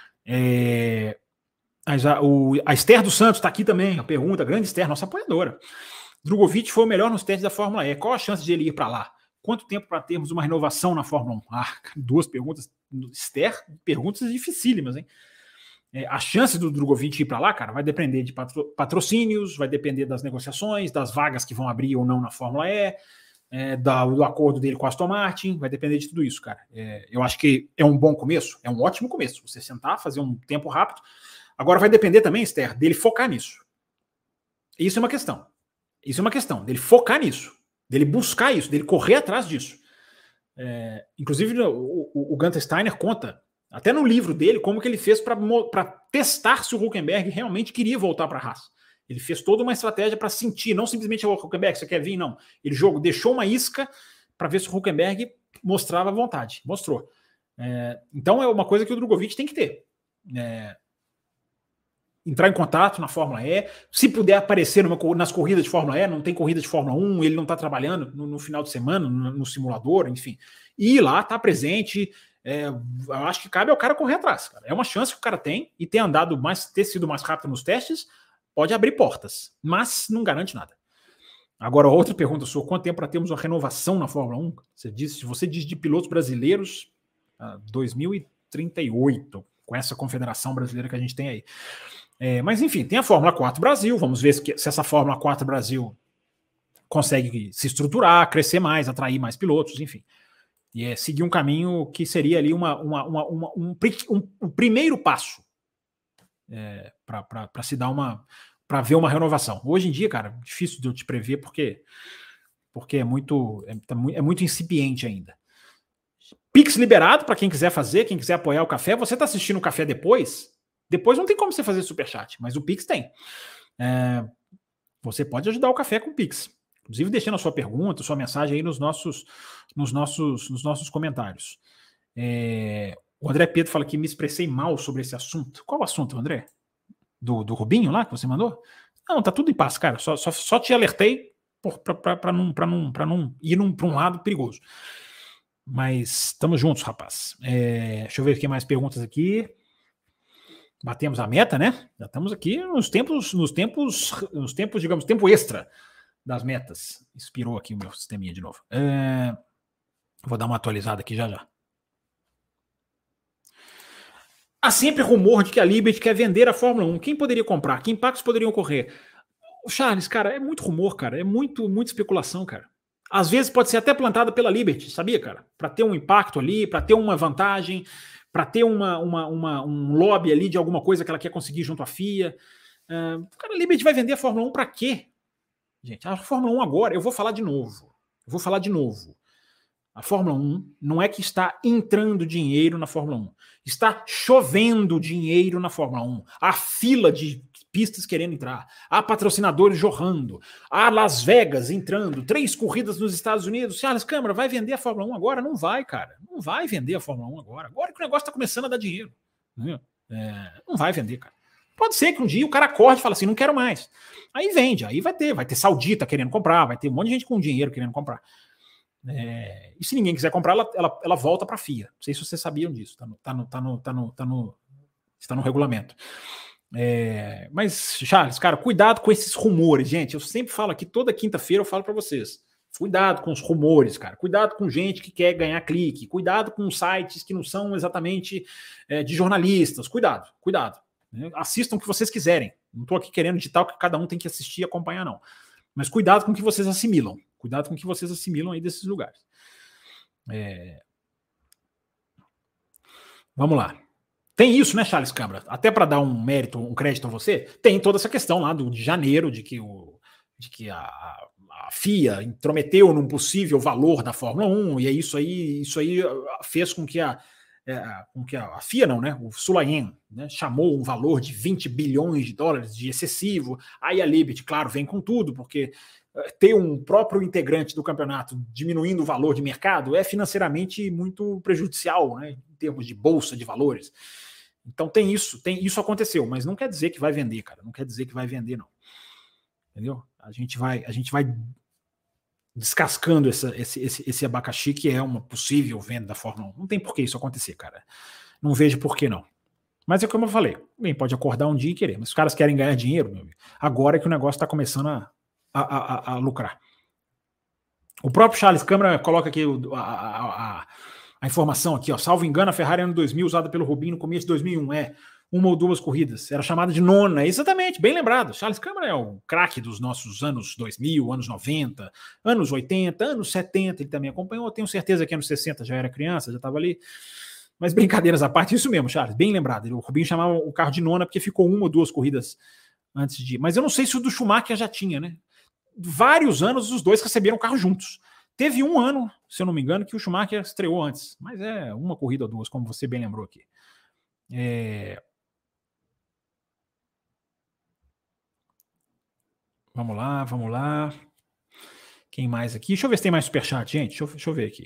É, a, o, a Esther dos Santos está aqui também, a pergunta, grande Esther, nossa apoiadora. Drogovic foi o melhor nos testes da Fórmula E. Qual a chance de ele ir para lá? Quanto tempo para termos uma renovação na Fórmula um? Ah, duas perguntas. Esther, perguntas dificílimas, hein? É, a chance do Drogovic ir para lá, cara, vai depender de patro, patrocínios, vai depender das negociações, das vagas que vão abrir ou não na Fórmula E, é, da, do acordo dele com a Aston Martin, vai depender de tudo isso, cara. É, eu acho que é um bom começo, é um ótimo começo. Você sentar, fazer um tempo rápido. Agora vai depender também, Esther, dele focar nisso. Isso é uma questão. Isso é uma questão, dele focar nisso, dele buscar isso, dele correr atrás disso. É, inclusive, o, o, o Gunther Steiner conta, até no livro dele, como que ele fez para testar se o Hülkenberg realmente queria voltar para a Haas. Ele fez toda uma estratégia para sentir, não simplesmente o Hülkenberg, você quer vir? Não. Ele jogou, deixou uma isca para ver se o Hülkenberg mostrava vontade. Mostrou. É, então é uma coisa que o Drogovic tem que ter. É, entrar em contato na Fórmula E, se puder aparecer numa, nas corridas de Fórmula E, não tem corrida de Fórmula um, ele não está trabalhando no, no final de semana, no, no simulador, enfim. E ir lá, estar tá presente, é, eu acho que cabe ao cara correr atrás. Cara. É uma chance que o cara tem, e ter andado mais, ter sido mais rápido nos testes, pode abrir portas, mas não garante nada. Agora, outra pergunta sua, quanto tempo para termos uma renovação na Fórmula um? Você diz, você diz de pilotos brasileiros, uh, dois mil e trinta e oito, com essa confederação brasileira que a gente tem aí. É, mas enfim, tem a Fórmula quatro Brasil, vamos ver se, se essa Fórmula quatro Brasil consegue se estruturar, crescer mais, atrair mais pilotos, enfim. E é seguir um caminho que seria ali uma, uma, uma, uma, um, um, um primeiro passo é, para se dar uma... para ver uma renovação. Hoje em dia, cara, difícil de eu te prever porque, porque é, muito, é, é muito incipiente ainda. Pix liberado para quem quiser fazer, quem quiser apoiar o café. Você está assistindo o café depois? Depois não tem como você fazer superchat, mas o Pix tem. É, você pode ajudar o café com o Pix. Inclusive deixando a sua pergunta, sua mensagem aí nos nossos, nos nossos, nos nossos comentários. É, o André Pedro fala que me expressei mal sobre esse assunto. Qual o assunto, André? Do, do Rubinho lá que você mandou? Não, tá tudo em paz, cara. Só, só, só te alertei para não, não, não ir para um lado perigoso. Mas estamos juntos, rapaz. É, deixa eu ver aqui mais perguntas aqui. Batemos a meta, né? Já estamos aqui nos tempos, nos tempos, nos tempos, digamos, tempo extra das metas. Expirou aqui o meu sisteminha de novo. É, vou dar uma atualizada aqui já já. Há sempre rumor de que a Liberty quer vender a Fórmula um. Quem poderia comprar? Que impactos poderiam ocorrer? O Charles, cara, é muito rumor, cara. É muito, muita especulação, cara. Às vezes pode ser até plantada pela Liberty, sabia, cara? Para ter um impacto ali, para ter uma vantagem, para ter uma, uma, uma, um lobby ali de alguma coisa que ela quer conseguir junto à F I A. Uh, cara, a Liberty vai vender a Fórmula um para quê? Gente, a Fórmula um agora, eu vou falar de novo. Eu vou falar de novo. A Fórmula um não é que está entrando dinheiro na Fórmula um. Está chovendo dinheiro na Fórmula um. Há fila de pistas querendo entrar. Há patrocinadores jorrando. Há Las Vegas entrando. Três corridas nos Estados Unidos. Charles Câmara, vai vender a Fórmula um agora? Não vai, cara. Não vai vender a Fórmula um agora. Agora que o negócio está começando a dar dinheiro. É, não vai vender, cara. Pode ser que um dia o cara acorde e fale assim, não quero mais. Aí vende. Aí vai ter. Vai ter saudita querendo comprar. Vai ter um monte de gente com dinheiro querendo comprar. É, e se ninguém quiser comprar, ela, ela, ela volta para a F I A. Não sei se vocês sabiam disso. Está no, tá no, tá no, tá no, tá no, está no regulamento. É, mas, Charles, cara, cuidado com esses rumores, gente. Eu sempre falo aqui, toda quinta-feira eu falo para vocês. Cuidado com os rumores, cara. Cuidado com gente que quer ganhar clique. Cuidado com sites que não são exatamente é, de jornalistas. Cuidado, cuidado. Né? Assistam o que vocês quiserem. Não estou aqui querendo ditar o que cada um tem que assistir e acompanhar, não. Mas cuidado com o que vocês assimilam. Cuidado com o que vocês assimilam aí desses lugares. É... Vamos lá. Tem isso, né, Charles Câmara? Até para dar um mérito, um crédito a você, tem toda essa questão lá do, de janeiro, de que, o, de que a, a F I A intrometeu num possível valor da Fórmula um, e é isso aí, isso aí fez com que a, é, com que a, a F I A, não, né, o Sulayen, né, chamou um valor de vinte bilhões de dólares de excessivo. Aí a Liberty, claro, vem com tudo, porque ter um próprio integrante do campeonato diminuindo o valor de mercado é financeiramente muito prejudicial, né, em termos de bolsa de valores. Então tem isso, tem isso aconteceu, mas não quer dizer que vai vender, cara. Não quer dizer que vai vender, não. Entendeu? A gente vai, a gente vai descascando essa, esse, esse, esse abacaxi que é uma possível venda da Fórmula um. Não tem por que isso acontecer, cara. Não vejo por que não. Mas é como eu falei, bem, pode acordar um dia e querer, mas os caras querem ganhar dinheiro, meu amigo. Agora é que o negócio está começando a, a, a, a lucrar. O próprio Charles Câmara coloca aqui a, a, a, a informação aqui, ó. Salvo engano, a Ferrari ano dois mil, usada pelo Rubinho no começo de dois mil e um, é uma ou duas corridas. Era chamada de nona, exatamente, bem lembrado. Charles Câmara é o craque dos nossos anos dois mil, anos noventa, anos oitenta, anos setenta, ele também acompanhou. Tenho certeza que anos sessenta já era criança, já estava ali. Mas brincadeiras à parte, isso mesmo, Charles, bem lembrado. O Rubinho chamava o carro de nona porque ficou uma ou duas corridas antes de... Mas eu não sei se o do Schumacher já tinha, né? Vários anos os dois receberam o carro juntos. Teve um ano, se eu não me engano, que o Schumacher estreou antes. Mas é uma corrida ou duas, como você bem lembrou aqui. É... Vamos lá, vamos lá. Quem mais aqui? Deixa eu ver se tem mais superchat, gente. Deixa eu, deixa eu ver aqui.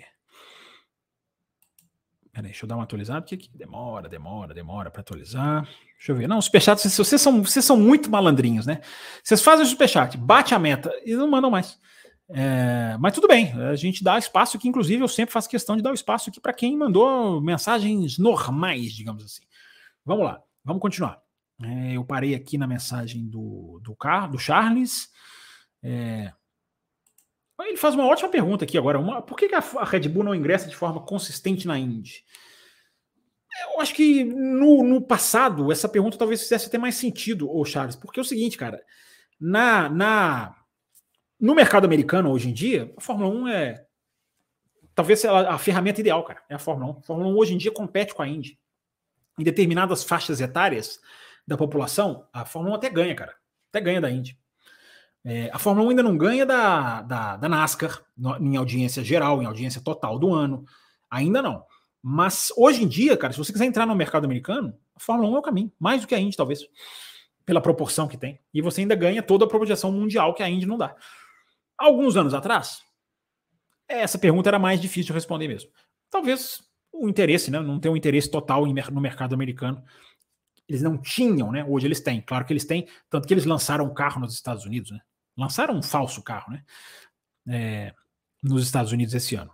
Peraí, deixa eu dar uma atualizada, porque aqui demora, demora, demora para atualizar. Deixa eu ver. Não, superchat, vocês, vocês, são, vocês são muito malandrinhos, né? Vocês fazem o superchat, bate a meta e não mandam mais. É, mas tudo bem, a gente dá espaço aqui, inclusive eu sempre faço questão de dar o espaço aqui para quem mandou mensagens normais, digamos assim. Vamos lá, vamos continuar. É, eu parei aqui na mensagem do, do, Car, do Charles. É, ele faz uma ótima pergunta aqui agora. Uma, por que, que a Red Bull não ingressa de forma consistente na Indy? Eu acho que no, no passado essa pergunta talvez fizesse até mais sentido, ô Charles, porque é o seguinte, cara, na... na No mercado americano, hoje em dia, a Fórmula um é talvez a, a ferramenta ideal, cara. É a Fórmula um. A Fórmula um hoje em dia compete com a Indy. Em determinadas faixas etárias da população, a Fórmula um até ganha, cara. Até ganha da Indy. É, a Fórmula um ainda não ganha da, da, da NASCAR no, em audiência geral, em audiência total do ano. Ainda não. Mas hoje em dia, cara, se você quiser entrar no mercado americano, a Fórmula um é o caminho. Mais do que a Indy, talvez. Pela proporção que tem. E você ainda ganha toda a projeção mundial que a Indy não dá. Alguns anos atrás, essa pergunta era mais difícil de responder mesmo. Talvez o interesse, né? Não ter um interesse total no mercado americano. Eles não tinham, né? Hoje eles têm. Claro que eles têm. Tanto que eles lançaram um carro nos Estados Unidos, né? Lançaram um falso carro, né? É, nos Estados Unidos esse ano.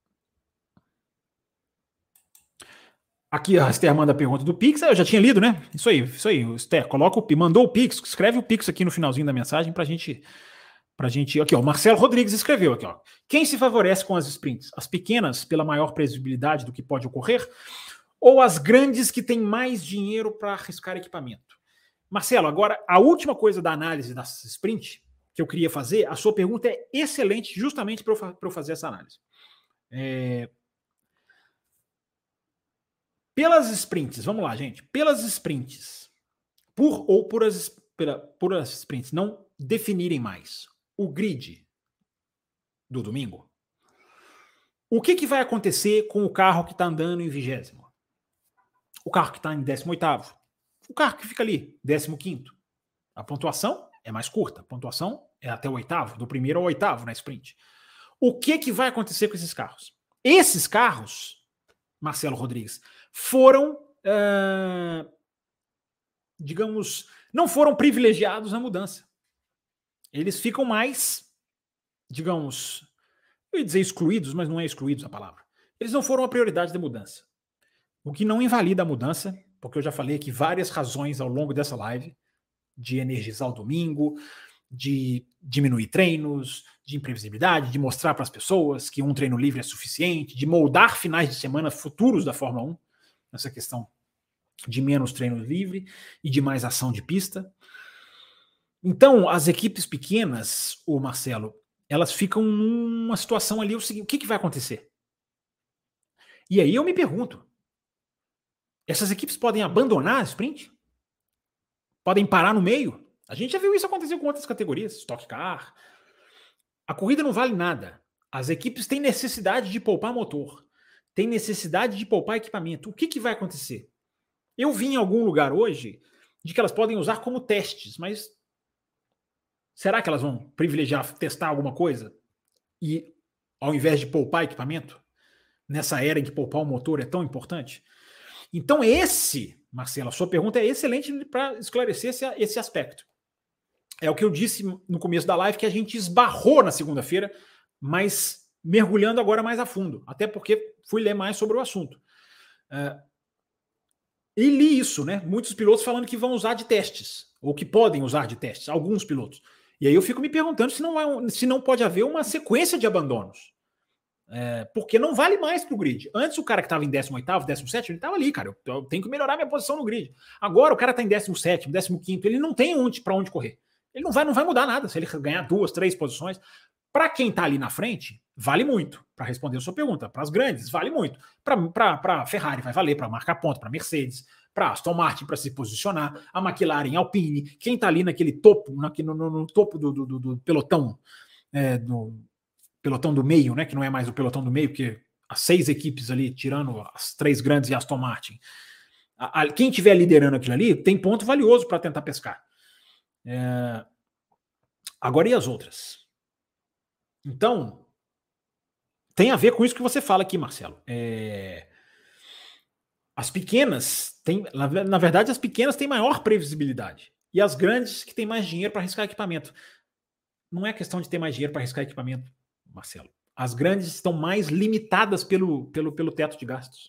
Aqui a Esther manda a pergunta do Pix. Eu já tinha lido, né? Isso aí, isso aí. Esther, coloca o Pix. Mandou o Pix. Escreve o Pix aqui no finalzinho da mensagem pra gente... Pra gente, aqui, ó, o Marcelo Rodrigues escreveu aqui, ó. Quem se favorece com as sprints? As pequenas, pela maior previsibilidade do que pode ocorrer, ou as grandes que têm mais dinheiro para arriscar equipamento? Marcelo, agora, a última coisa da análise das sprint que eu queria fazer, a sua pergunta é excelente justamente para eu, eu fazer essa análise. É... Pelas sprints, vamos lá, gente. Pelas sprints, por ou por as, pela, por as sprints não definirem mais o grid do domingo, o que, que vai acontecer com o carro que está andando em vigésimo? O carro que está em décimo oitavo? O carro que fica ali, décimo quinto? A pontuação é mais curta. A pontuação é até o oitavo, do primeiro ao oitavo na sprint. O que, que vai acontecer com esses carros? Esses carros, Marcelo Rodrigues, foram, uh, digamos, não foram privilegiados na mudança. Eles ficam mais, digamos, eu ia dizer excluídos, mas não é excluídos a palavra. Eles não foram a prioridade da mudança. O que não invalida a mudança, porque eu já falei aqui várias razões ao longo dessa live, de energizar o domingo, de diminuir treinos, de imprevisibilidade, de mostrar para as pessoas que um treino livre é suficiente, de moldar finais de semana futuros da Fórmula um, essa questão de menos treino livre e de mais ação de pista. Então, as equipes pequenas, o Marcelo, elas ficam numa situação ali, o seguinte, o que, que vai acontecer? E aí eu me pergunto, essas equipes podem abandonar a sprint? Podem parar no meio? A gente já viu isso acontecer com outras categorias, Stock Car. A corrida não vale nada. As equipes têm necessidade de poupar motor, têm necessidade de poupar equipamento. O que, que vai acontecer? Eu vi em algum lugar hoje de que elas podem usar como testes, mas será que elas vão privilegiar testar alguma coisa? E ao invés de poupar equipamento? Nessa era em que poupar o motor é tão importante? Então esse, Marcelo, a sua pergunta é excelente para esclarecer esse, esse aspecto. É o que eu disse no começo da live, que a gente esbarrou na segunda-feira, mas mergulhando agora mais a fundo, até porque fui ler mais sobre o assunto. Uh, e li isso, né? Muitos pilotos falando que vão usar de testes, ou que podem usar de testes, alguns pilotos. E aí eu fico me perguntando se não, vai, se não pode haver uma sequência de abandonos. É, porque não vale mais para o grid. Antes o cara que estava em décimo oitavo, décimo sétimo, ele estava ali, cara, eu, eu tenho que melhorar minha posição no grid. Agora o cara está em décimo sétimo, décimo quinto, ele não tem onde, para onde correr. Ele não vai, não vai mudar nada se ele ganhar duas, três posições. Para quem está ali na frente, vale muito. Para responder a sua pergunta, para as grandes, vale muito. Para a Ferrari vai valer, para marcar ponto, para Mercedes, para Aston Martin, para se posicionar, a McLaren, Alpine, quem está ali naquele topo, no, no, no topo do, do, do pelotão, é, do pelotão do meio, né, que não é mais o pelotão do meio, porque as seis equipes ali, tirando as três grandes e a Aston Martin, a, a, quem estiver liderando aquilo ali tem ponto valioso para tentar pescar. É, Agora, e as outras? Então, tem a ver com isso que você fala aqui, Marcelo. É... As pequenas, têm, na verdade, as pequenas têm maior previsibilidade. E as grandes que têm mais dinheiro para arriscar equipamento. Não é questão de ter mais dinheiro para arriscar equipamento, Marcelo. As grandes estão mais limitadas pelo, pelo, pelo teto de gastos.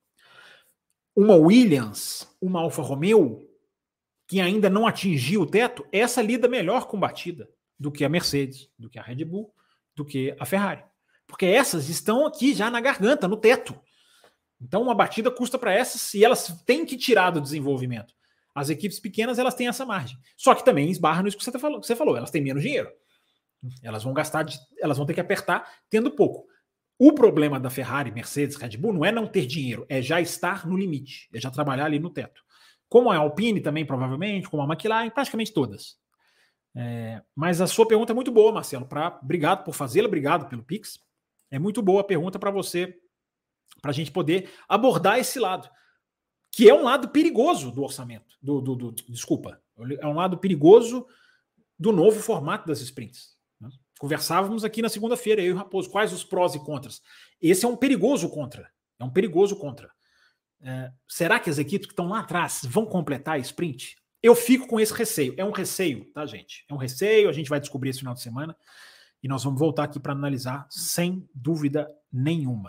Uma Williams, uma Alfa Romeo, que ainda não atingiu o teto, essa lida melhor com batida do que a Mercedes, do que a Red Bull, do que a Ferrari. Porque essas estão aqui já na garganta, no teto. Então uma batida custa para essas e elas têm que tirar do desenvolvimento. As equipes pequenas, elas têm essa margem. Só que também esbarra nisso que você falou, que você falou, elas têm menos dinheiro. Elas vão gastar, de, elas vão ter que apertar tendo pouco. O problema da Ferrari, Mercedes, Red Bull não é não ter dinheiro, é já estar no limite, é já trabalhar ali no teto. Como a Alpine também, provavelmente, como a McLaren, praticamente todas. É, mas a sua pergunta é muito boa, Marcelo. Pra, obrigado por fazê-la, obrigado pelo Pix. É muito boa a pergunta para você, para a gente poder abordar esse lado, que é um lado perigoso do orçamento. Do, do, do, desculpa, é um lado perigoso do novo formato das sprints. Né? Conversávamos aqui na segunda-feira, eu e o Raposo, quais os prós e contras. Esse é um perigoso contra. É um perigoso contra. É, será que as equipes que estão lá atrás vão completar a sprint? Eu fico com esse receio. É um receio, tá, gente? É um receio, a gente vai descobrir esse final de semana e nós vamos voltar aqui para analisar sem dúvida nenhuma.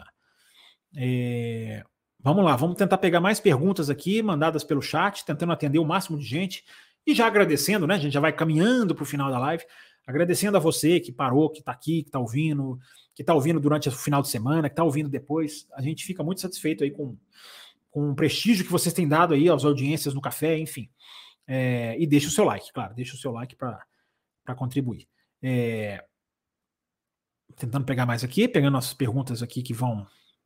É, vamos lá, vamos tentar pegar mais perguntas aqui, mandadas pelo chat, tentando atender o máximo de gente e já agradecendo, né? A gente já vai caminhando para o final da live, agradecendo a você que parou, que está aqui, que está ouvindo, que está ouvindo durante o final de semana, que está ouvindo depois. A gente fica muito satisfeito aí com, com o prestígio que vocês têm dado aí às audiências no café, enfim. É, e deixa o seu like, claro, deixa o seu like para contribuir. É, tentando pegar mais aqui, pegando as perguntas aqui que vão...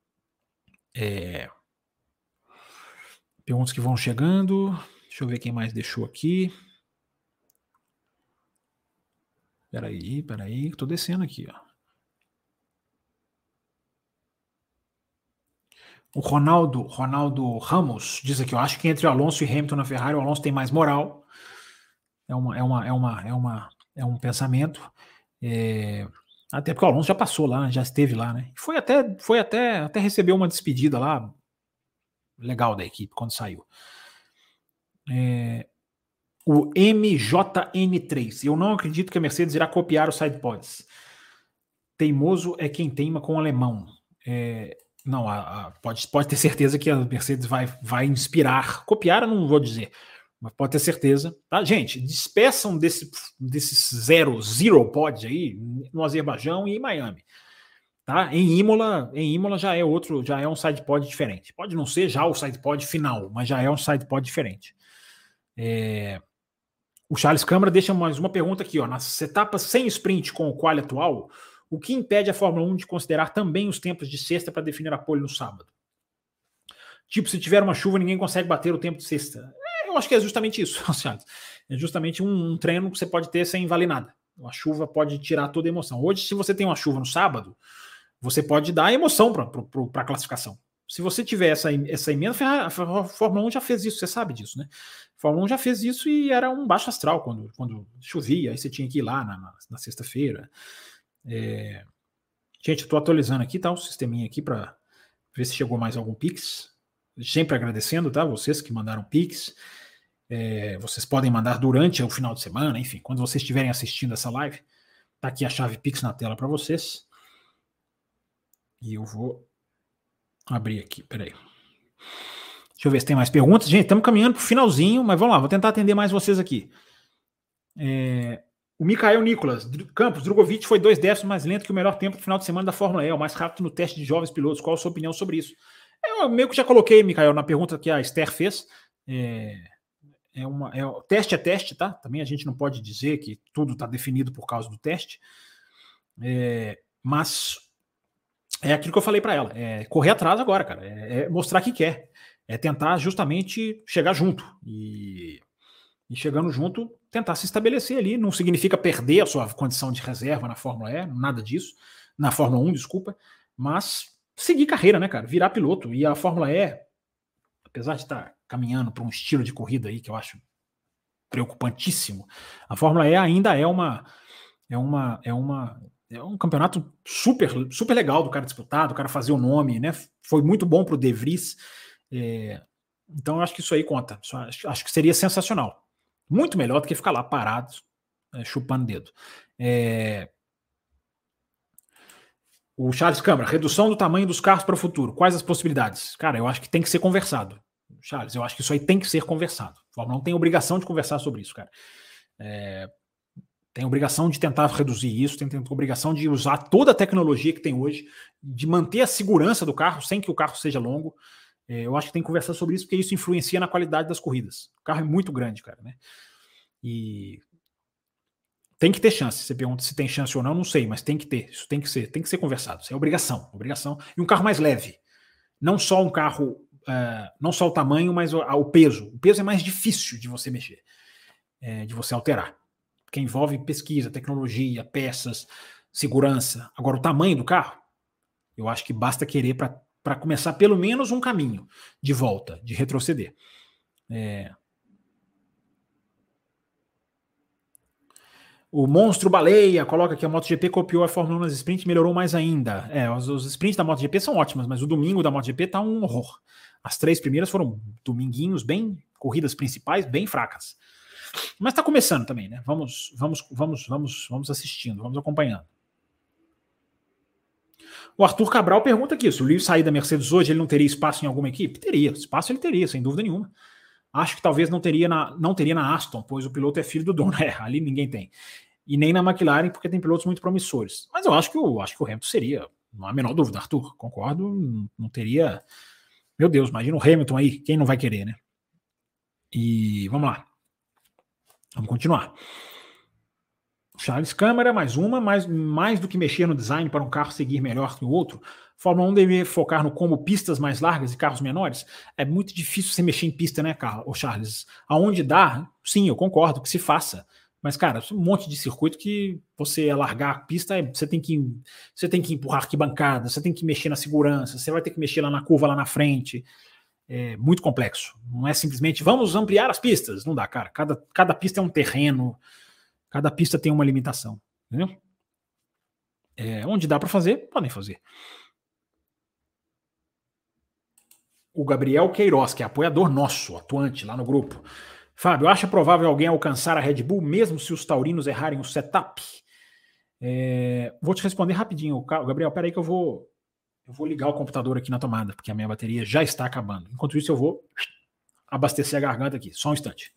É, perguntas que vão chegando. Deixa eu ver quem mais deixou aqui. Peraí, peraí, tô descendo aqui, ó. O Ronaldo, Ronaldo Ramos diz aqui, eu acho que entre o Alonso e Hamilton na Ferrari, o Alonso tem mais moral. É uma, é uma, é uma, é uma, é um pensamento. É, até porque o Alonso já passou lá, já esteve lá, né? Foi até, foi até, até receber uma despedida lá legal da equipe quando saiu. É, o M J N três. Eu não acredito que a Mercedes irá copiar os sidepods. Teimoso é quem teima com o alemão. É, não, a, a, pode, pode ter certeza que a Mercedes vai, vai inspirar. Copiar eu não vou dizer, mas pode ter certeza. Tá? Gente, despeçam desse, desses zero, zero pod aí no Azerbaijão e em Miami. Tá? Em Imola, em Imola já é outro, já é um sidepod diferente. Pode não ser já o sidepod final, mas já é um sidepod diferente. É... O Charles Câmara deixa mais uma pergunta aqui, ó. Nas etapas sem sprint com o quali atual, o que impede a Fórmula um de considerar também os tempos de sexta para definir a pole no sábado? Tipo, se tiver uma chuva, ninguém consegue bater o tempo de sexta. É, eu acho que é justamente isso, Charles. É justamente um, um treino que você pode ter sem valer nada. A chuva pode tirar toda a emoção. Hoje, se você tem uma chuva no sábado, você pode dar emoção para a classificação. Se você tiver essa, essa emenda, a Fórmula um já fez isso, você sabe disso, né? A Fórmula um já fez isso e era um baixo astral quando, quando chovia, aí você tinha que ir lá na, na, na sexta-feira. É... Gente, estou atualizando aqui, tá? O sisteminha aqui para ver se chegou mais algum Pix. Sempre agradecendo, tá? Vocês que mandaram Pix. É... Vocês podem mandar durante o final de semana, enfim, quando vocês estiverem assistindo essa live, tá aqui a chave Pix na tela para vocês. E eu vou abrir aqui, peraí. Deixa eu ver se tem mais perguntas. Gente, estamos caminhando para o finalzinho, mas vamos lá, vou tentar atender mais vocês aqui. É, o Michael Nicolas, Campos, Drogovic foi dois décimos mais lento que o melhor tempo do final de semana da Fórmula E, o mais rápido no teste de jovens pilotos. Qual a sua opinião sobre isso? Eu meio que já coloquei, Michael, na pergunta que a Esther fez. É, é uma, é, teste é teste, tá? Também a gente não pode dizer que tudo está definido por causa do teste. É, mas... É aquilo que eu falei para ela, é correr atrás agora, cara, é, é mostrar que quer, é tentar justamente chegar junto e, e chegando junto, tentar se estabelecer ali, não significa perder a sua condição de reserva na Fórmula E, nada disso, na Fórmula um, desculpa, mas seguir carreira, né, cara, virar piloto, e a Fórmula E, apesar de estar caminhando para um estilo de corrida aí que eu acho preocupantíssimo, a Fórmula E ainda é uma... é uma, é uma, é um campeonato super, super legal do cara disputar, do cara fazer o nome, né? Foi muito bom para o De Vries. É, então eu acho que isso aí conta. Isso, acho, acho que seria sensacional. Muito melhor do que ficar lá parado, é, chupando dedo. É, o Charles Câmara, redução do tamanho dos carros para o futuro. Quais as possibilidades? Cara, eu acho que tem que ser conversado. Charles, eu acho que isso aí tem que ser conversado. A Fórmula um tem obrigação de conversar sobre isso, cara. É, tem obrigação de tentar reduzir isso, tem, tem obrigação de usar toda a tecnologia que tem hoje, de manter a segurança do carro sem que o carro seja longo. É, eu acho que tem que conversar sobre isso, porque isso influencia na qualidade das corridas. O carro é muito grande, cara, né? E tem que ter chance. Você pergunta se tem chance ou não, não sei, mas tem que ter. Isso tem que ser, tem que ser conversado. Isso é obrigação, obrigação. E um carro mais leve. Não só um carro, uh, não só o tamanho, mas o, o peso. O peso é mais difícil de você mexer, é, de você alterar. Porque envolve pesquisa, tecnologia, peças, segurança. Agora, o tamanho do carro, eu acho que basta querer para começar pelo menos um caminho de volta, de retroceder. É... O Monstro Baleia coloca que a MotoGP copiou a Fórmula um nas sprints e melhorou mais ainda. É, os, os sprints da MotoGP são ótimas, mas o domingo da MotoGP tá um horror. As três primeiras foram dominguinhos bem, corridas principais bem fracas. Mas tá começando também, né? Vamos, vamos, vamos, vamos, vamos assistindo, vamos acompanhando. O Arthur Cabral pergunta aqui, se o Lewis sair da Mercedes hoje, ele não teria espaço em alguma equipe? Teria, espaço ele teria, sem dúvida nenhuma. Acho que talvez não teria na, não teria na Aston, pois o piloto é filho do dono. É, ali ninguém tem. E nem na McLaren, porque tem pilotos muito promissores. Mas eu acho que o, acho que o Hamilton seria, não há a menor dúvida, Arthur. Concordo, não, não teria... Meu Deus, imagina o Hamilton aí, quem não vai querer, né? E vamos lá. Vamos continuar. Charles Câmara, mais uma, mais, mais do que mexer no design para um carro seguir melhor que o outro, Fórmula um deve focar no combo pistas mais largas e carros menores. É muito difícil você mexer em pista, né, Carlos, Charles? Aonde dá, sim, eu concordo que se faça. Mas, cara, um monte de circuito que você alargar a pista, você tem que, você tem que empurrar arquibancada, você tem que mexer na segurança, você vai ter que mexer lá na curva, lá na frente. É muito complexo. Não é simplesmente vamos ampliar as pistas. Não dá, cara. Cada, cada pista é um terreno, cada pista tem uma limitação. Entendeu? É, onde dá para fazer, podem fazer. O Gabriel Queiroz, que é apoiador nosso, atuante lá no grupo. Fábio, acha provável alguém alcançar a Red Bull, mesmo se os taurinos errarem o setup? É, vou te responder rapidinho, Gabriel. Peraí que eu vou, eu vou ligar o computador aqui na tomada, porque a minha bateria já está acabando. Enquanto isso, eu vou abastecer a garganta aqui. Só um instante.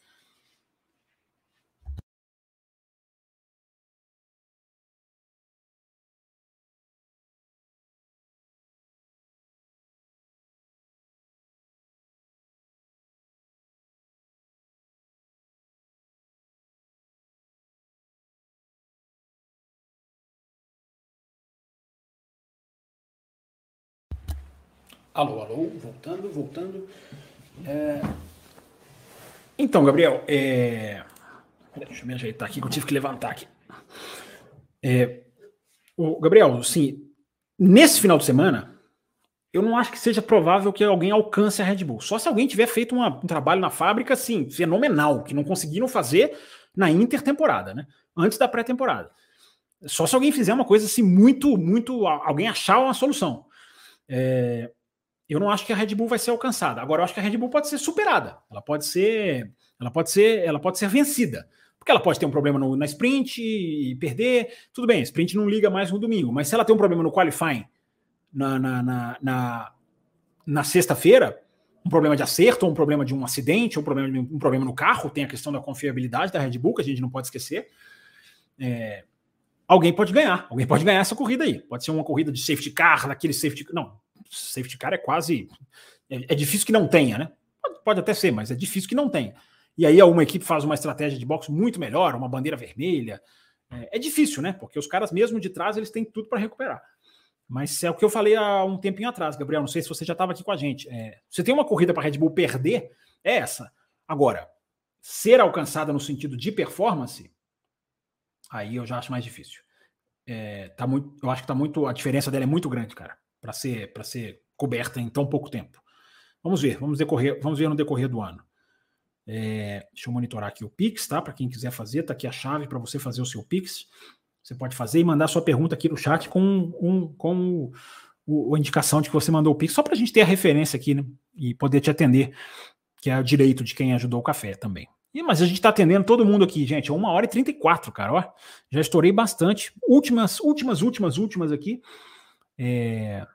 Alô, alô, voltando, voltando. É... Então, Gabriel, é... deixa eu me ajeitar aqui, que eu tive que levantar aqui. É... O Gabriel, assim, nesse final de semana, eu não acho que seja provável que alguém alcance a Red Bull. Só se alguém tiver feito uma, um trabalho na fábrica, assim, fenomenal, que não conseguiram fazer na intertemporada, né? Antes da pré-temporada. Só se alguém fizer uma coisa assim, muito, muito... Alguém achar uma solução. É... Eu não acho que a Red Bull vai ser alcançada. Agora, eu acho que a Red Bull pode ser superada. Ela pode ser, ela pode ser, ela pode ser vencida. Porque ela pode ter um problema no, na sprint e perder. Tudo bem, a sprint não liga mais no domingo. Mas se ela tem um problema no qualifying na, na, na, na, na sexta-feira, um problema de acerto, ou um problema de um acidente, ou um problema, de, um problema no carro, tem a questão da confiabilidade da Red Bull, que a gente não pode esquecer. É, alguém pode ganhar. Alguém pode ganhar essa corrida aí. Pode ser uma corrida de safety car, daquele safety... Não. Safety car é quase... É, é difícil que não tenha, né? Pode, pode até ser, mas é difícil que não tenha. E aí uma equipe faz uma estratégia de boxe muito melhor, uma bandeira vermelha. É, é difícil, né? Porque os caras mesmo de trás, eles têm tudo para recuperar. Mas é o que eu falei há um tempinho atrás, Gabriel. Não sei se você já estava aqui com a gente. É, você tem uma corrida para a Red Bull perder, é essa. Agora, ser alcançada no sentido de performance, aí eu já acho mais difícil. É, tá muito, eu acho que tá muito, a diferença dela é muito grande, cara, para ser, para ser coberta em tão pouco tempo. Vamos ver, vamos, decorrer, vamos ver no decorrer do ano. É, deixa eu monitorar aqui o Pix, tá? Para quem quiser fazer, tá aqui a chave para você fazer o seu Pix. Você pode fazer e mandar sua pergunta aqui no chat com, um, com o, o, a indicação de que você mandou o Pix, só para a gente ter a referência aqui, né, e poder te atender, que é o direito de quem ajudou o café também. E, mas a gente está atendendo todo mundo aqui, gente. É uma hora e trinta e quatro, cara. Ó, já estourei bastante. Últimas, últimas, últimas, últimas aqui. É,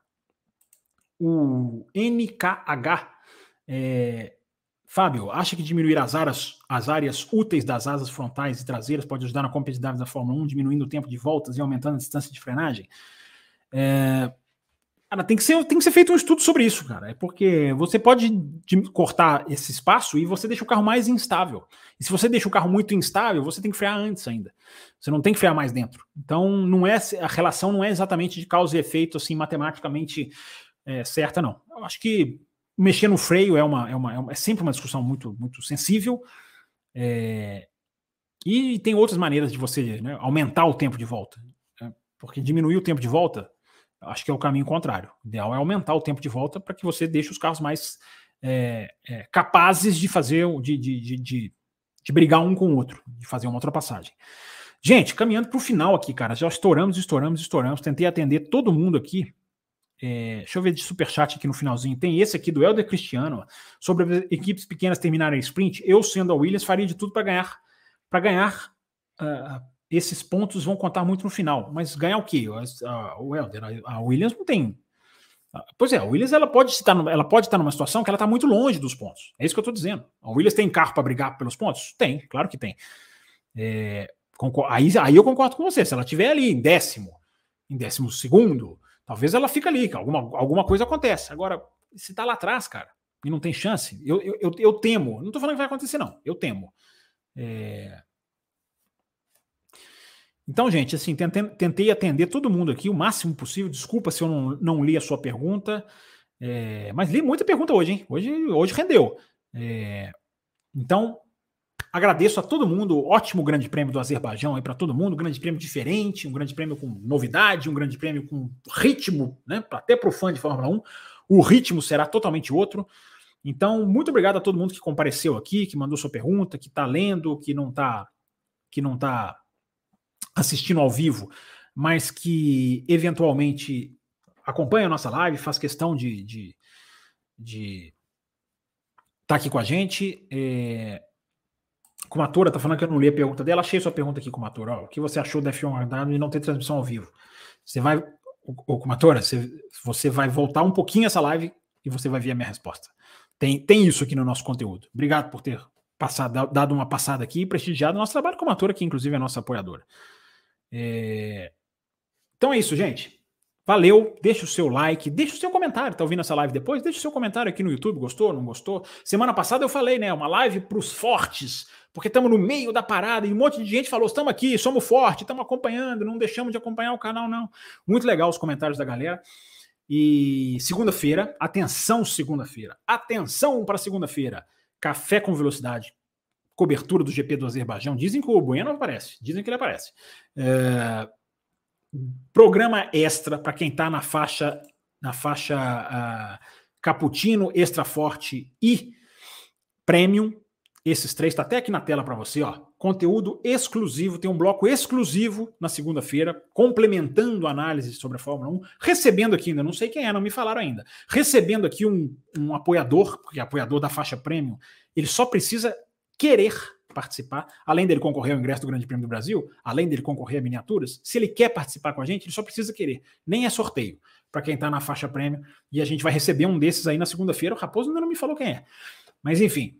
o N K H. É, Fábio, acha que diminuir as áreas, as áreas úteis das asas frontais e traseiras pode ajudar na competitividade da Fórmula um, diminuindo o tempo de voltas e aumentando a distância de frenagem? É, cara, tem que ser, tem que ser feito um estudo sobre isso, cara. É porque você pode cortar esse espaço e você deixa o carro mais instável. E se você deixa o carro muito instável, você tem que frear antes ainda. Você não tem que frear mais dentro. Então, não é, a relação não é exatamente de causa e efeito, assim, matematicamente é, certa, não. Eu acho que mexer no freio é, uma, é, uma, é, uma, é sempre uma discussão muito, muito sensível. É, e tem outras maneiras de você, né, aumentar o tempo de volta. Né, porque diminuir o tempo de volta, acho que é o caminho contrário. O ideal é aumentar o tempo de volta para que você deixe os carros mais é, é, capazes de fazer, de, de, de, de, de brigar um com o outro, de fazer uma ultrapassagem. Gente, caminhando para o final aqui, cara, já estouramos, estouramos, estouramos. Tentei atender todo mundo aqui. É, deixa eu ver de superchat aqui no finalzinho. Tem esse aqui do Helder Cristiano, ó, sobre equipes pequenas terminarem a sprint. Eu, sendo a Williams, faria de tudo para ganhar. Para ganhar, uh, esses pontos vão contar muito no final. Mas ganhar o quê? A, o Helder, a, a Williams não tem. Pois é, a Williams ela pode, estar no, ela pode estar numa situação que ela está muito longe dos pontos. É isso que eu estou dizendo. A Williams tem carro para brigar pelos pontos? Tem, claro que tem. É, concor- aí, aí eu concordo com você. Se ela estiver ali em décimo, em décimo segundo, talvez ela fique ali, alguma, alguma coisa acontece. Agora, se tá lá atrás, cara, e não tem chance, eu, eu, eu, eu temo. Não tô falando que vai acontecer, não. Eu temo. É... Então, gente, assim, tentei, tentei atender todo mundo aqui o máximo possível. Desculpa se eu não, não li a sua pergunta. É... Mas li muita pergunta hoje, hein? Hoje, hoje rendeu. É... Então, agradeço a todo mundo. Ótimo grande prêmio do Azerbaijão aí para todo mundo. Um grande prêmio diferente, um grande prêmio com novidade, um grande prêmio com ritmo, né? Até para o fã de Fórmula um, o ritmo será totalmente outro. Então, muito obrigado a todo mundo que compareceu aqui, que mandou sua pergunta, que está lendo, que não está que não tá assistindo ao vivo, mas que eventualmente acompanha a nossa live, faz questão de de, de tá aqui com a gente. É... Kumatora tá falando que eu não li a pergunta dela. Achei sua pergunta aqui, Kumatora. Ó, o que você achou da F um e não ter transmissão ao vivo? Você vai, ô, Kumatora, você, você vai voltar um pouquinho essa live e você vai ver a minha resposta. Tem, tem isso aqui no nosso conteúdo. Obrigado por ter passado, dado uma passada aqui e prestigiado o nosso trabalho. Kumatora, que inclusive é nossa apoiadora. É... Então é isso, gente. Valeu, deixa o seu like, deixa o seu comentário. Tá ouvindo essa live depois? Deixa o seu comentário aqui no YouTube. Gostou, não gostou? Semana passada eu falei, né? Uma live para os fortes, porque estamos no meio da parada e um monte de gente falou: estamos aqui, somos fortes, estamos acompanhando, não deixamos de acompanhar o canal, não. Muito legal os comentários da galera. E segunda-feira, atenção, segunda-feira, atenção para segunda-feira. Café com velocidade, cobertura do G P do Azerbaijão. Dizem que o Bueno aparece, dizem que ele aparece. É... Programa extra para quem está na faixa, na faixa uh, Cappuccino, Extra Forte e Premium. Esses três está até aqui na tela para você, ó. Conteúdo exclusivo, tem um bloco exclusivo na segunda-feira, complementando a análise sobre a Fórmula um, recebendo aqui, ainda não sei quem é, não me falaram ainda, recebendo aqui um, um apoiador, porque é apoiador da faixa Premium, ele só precisa querer participar, além dele concorrer ao ingresso do Grande Prêmio do Brasil, além dele concorrer a miniaturas, se ele quer participar com a gente, ele só precisa querer, nem é sorteio, para quem está na faixa Premium, e a gente vai receber um desses aí na segunda-feira. O Raposo ainda não me falou quem é, mas enfim.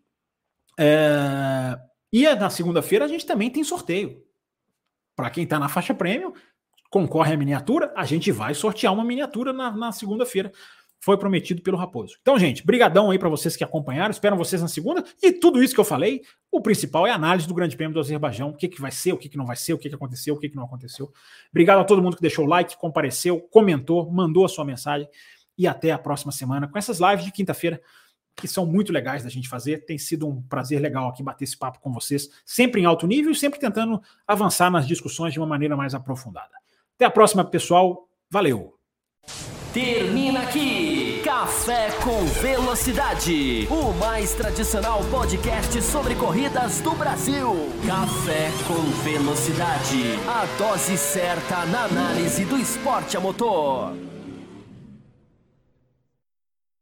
É... E na segunda-feira a gente também tem sorteio. Para quem está na faixa Premium, concorre à miniatura, a gente vai sortear uma miniatura na, na segunda-feira. Foi prometido pelo Raposo. Então, gente, brigadão aí para vocês que acompanharam. Espero vocês na segunda. E tudo isso que eu falei, o principal é a análise do Grande Prêmio do Azerbaijão. O que, que vai ser, o que, que não vai ser, o que, que aconteceu, o que, que não aconteceu. Obrigado a todo mundo que deixou o like, compareceu, comentou, mandou a sua mensagem. E até a próxima semana com essas lives de quinta-feira, que são muito legais da gente fazer. Tem sido um prazer legal aqui bater esse papo com vocês, sempre em alto nível e sempre tentando avançar nas discussões de uma maneira mais aprofundada. Até a próxima, pessoal. Valeu! Termina aqui Café com Velocidade, o mais tradicional podcast sobre corridas do Brasil. Café com Velocidade, a dose certa na análise do esporte a motor.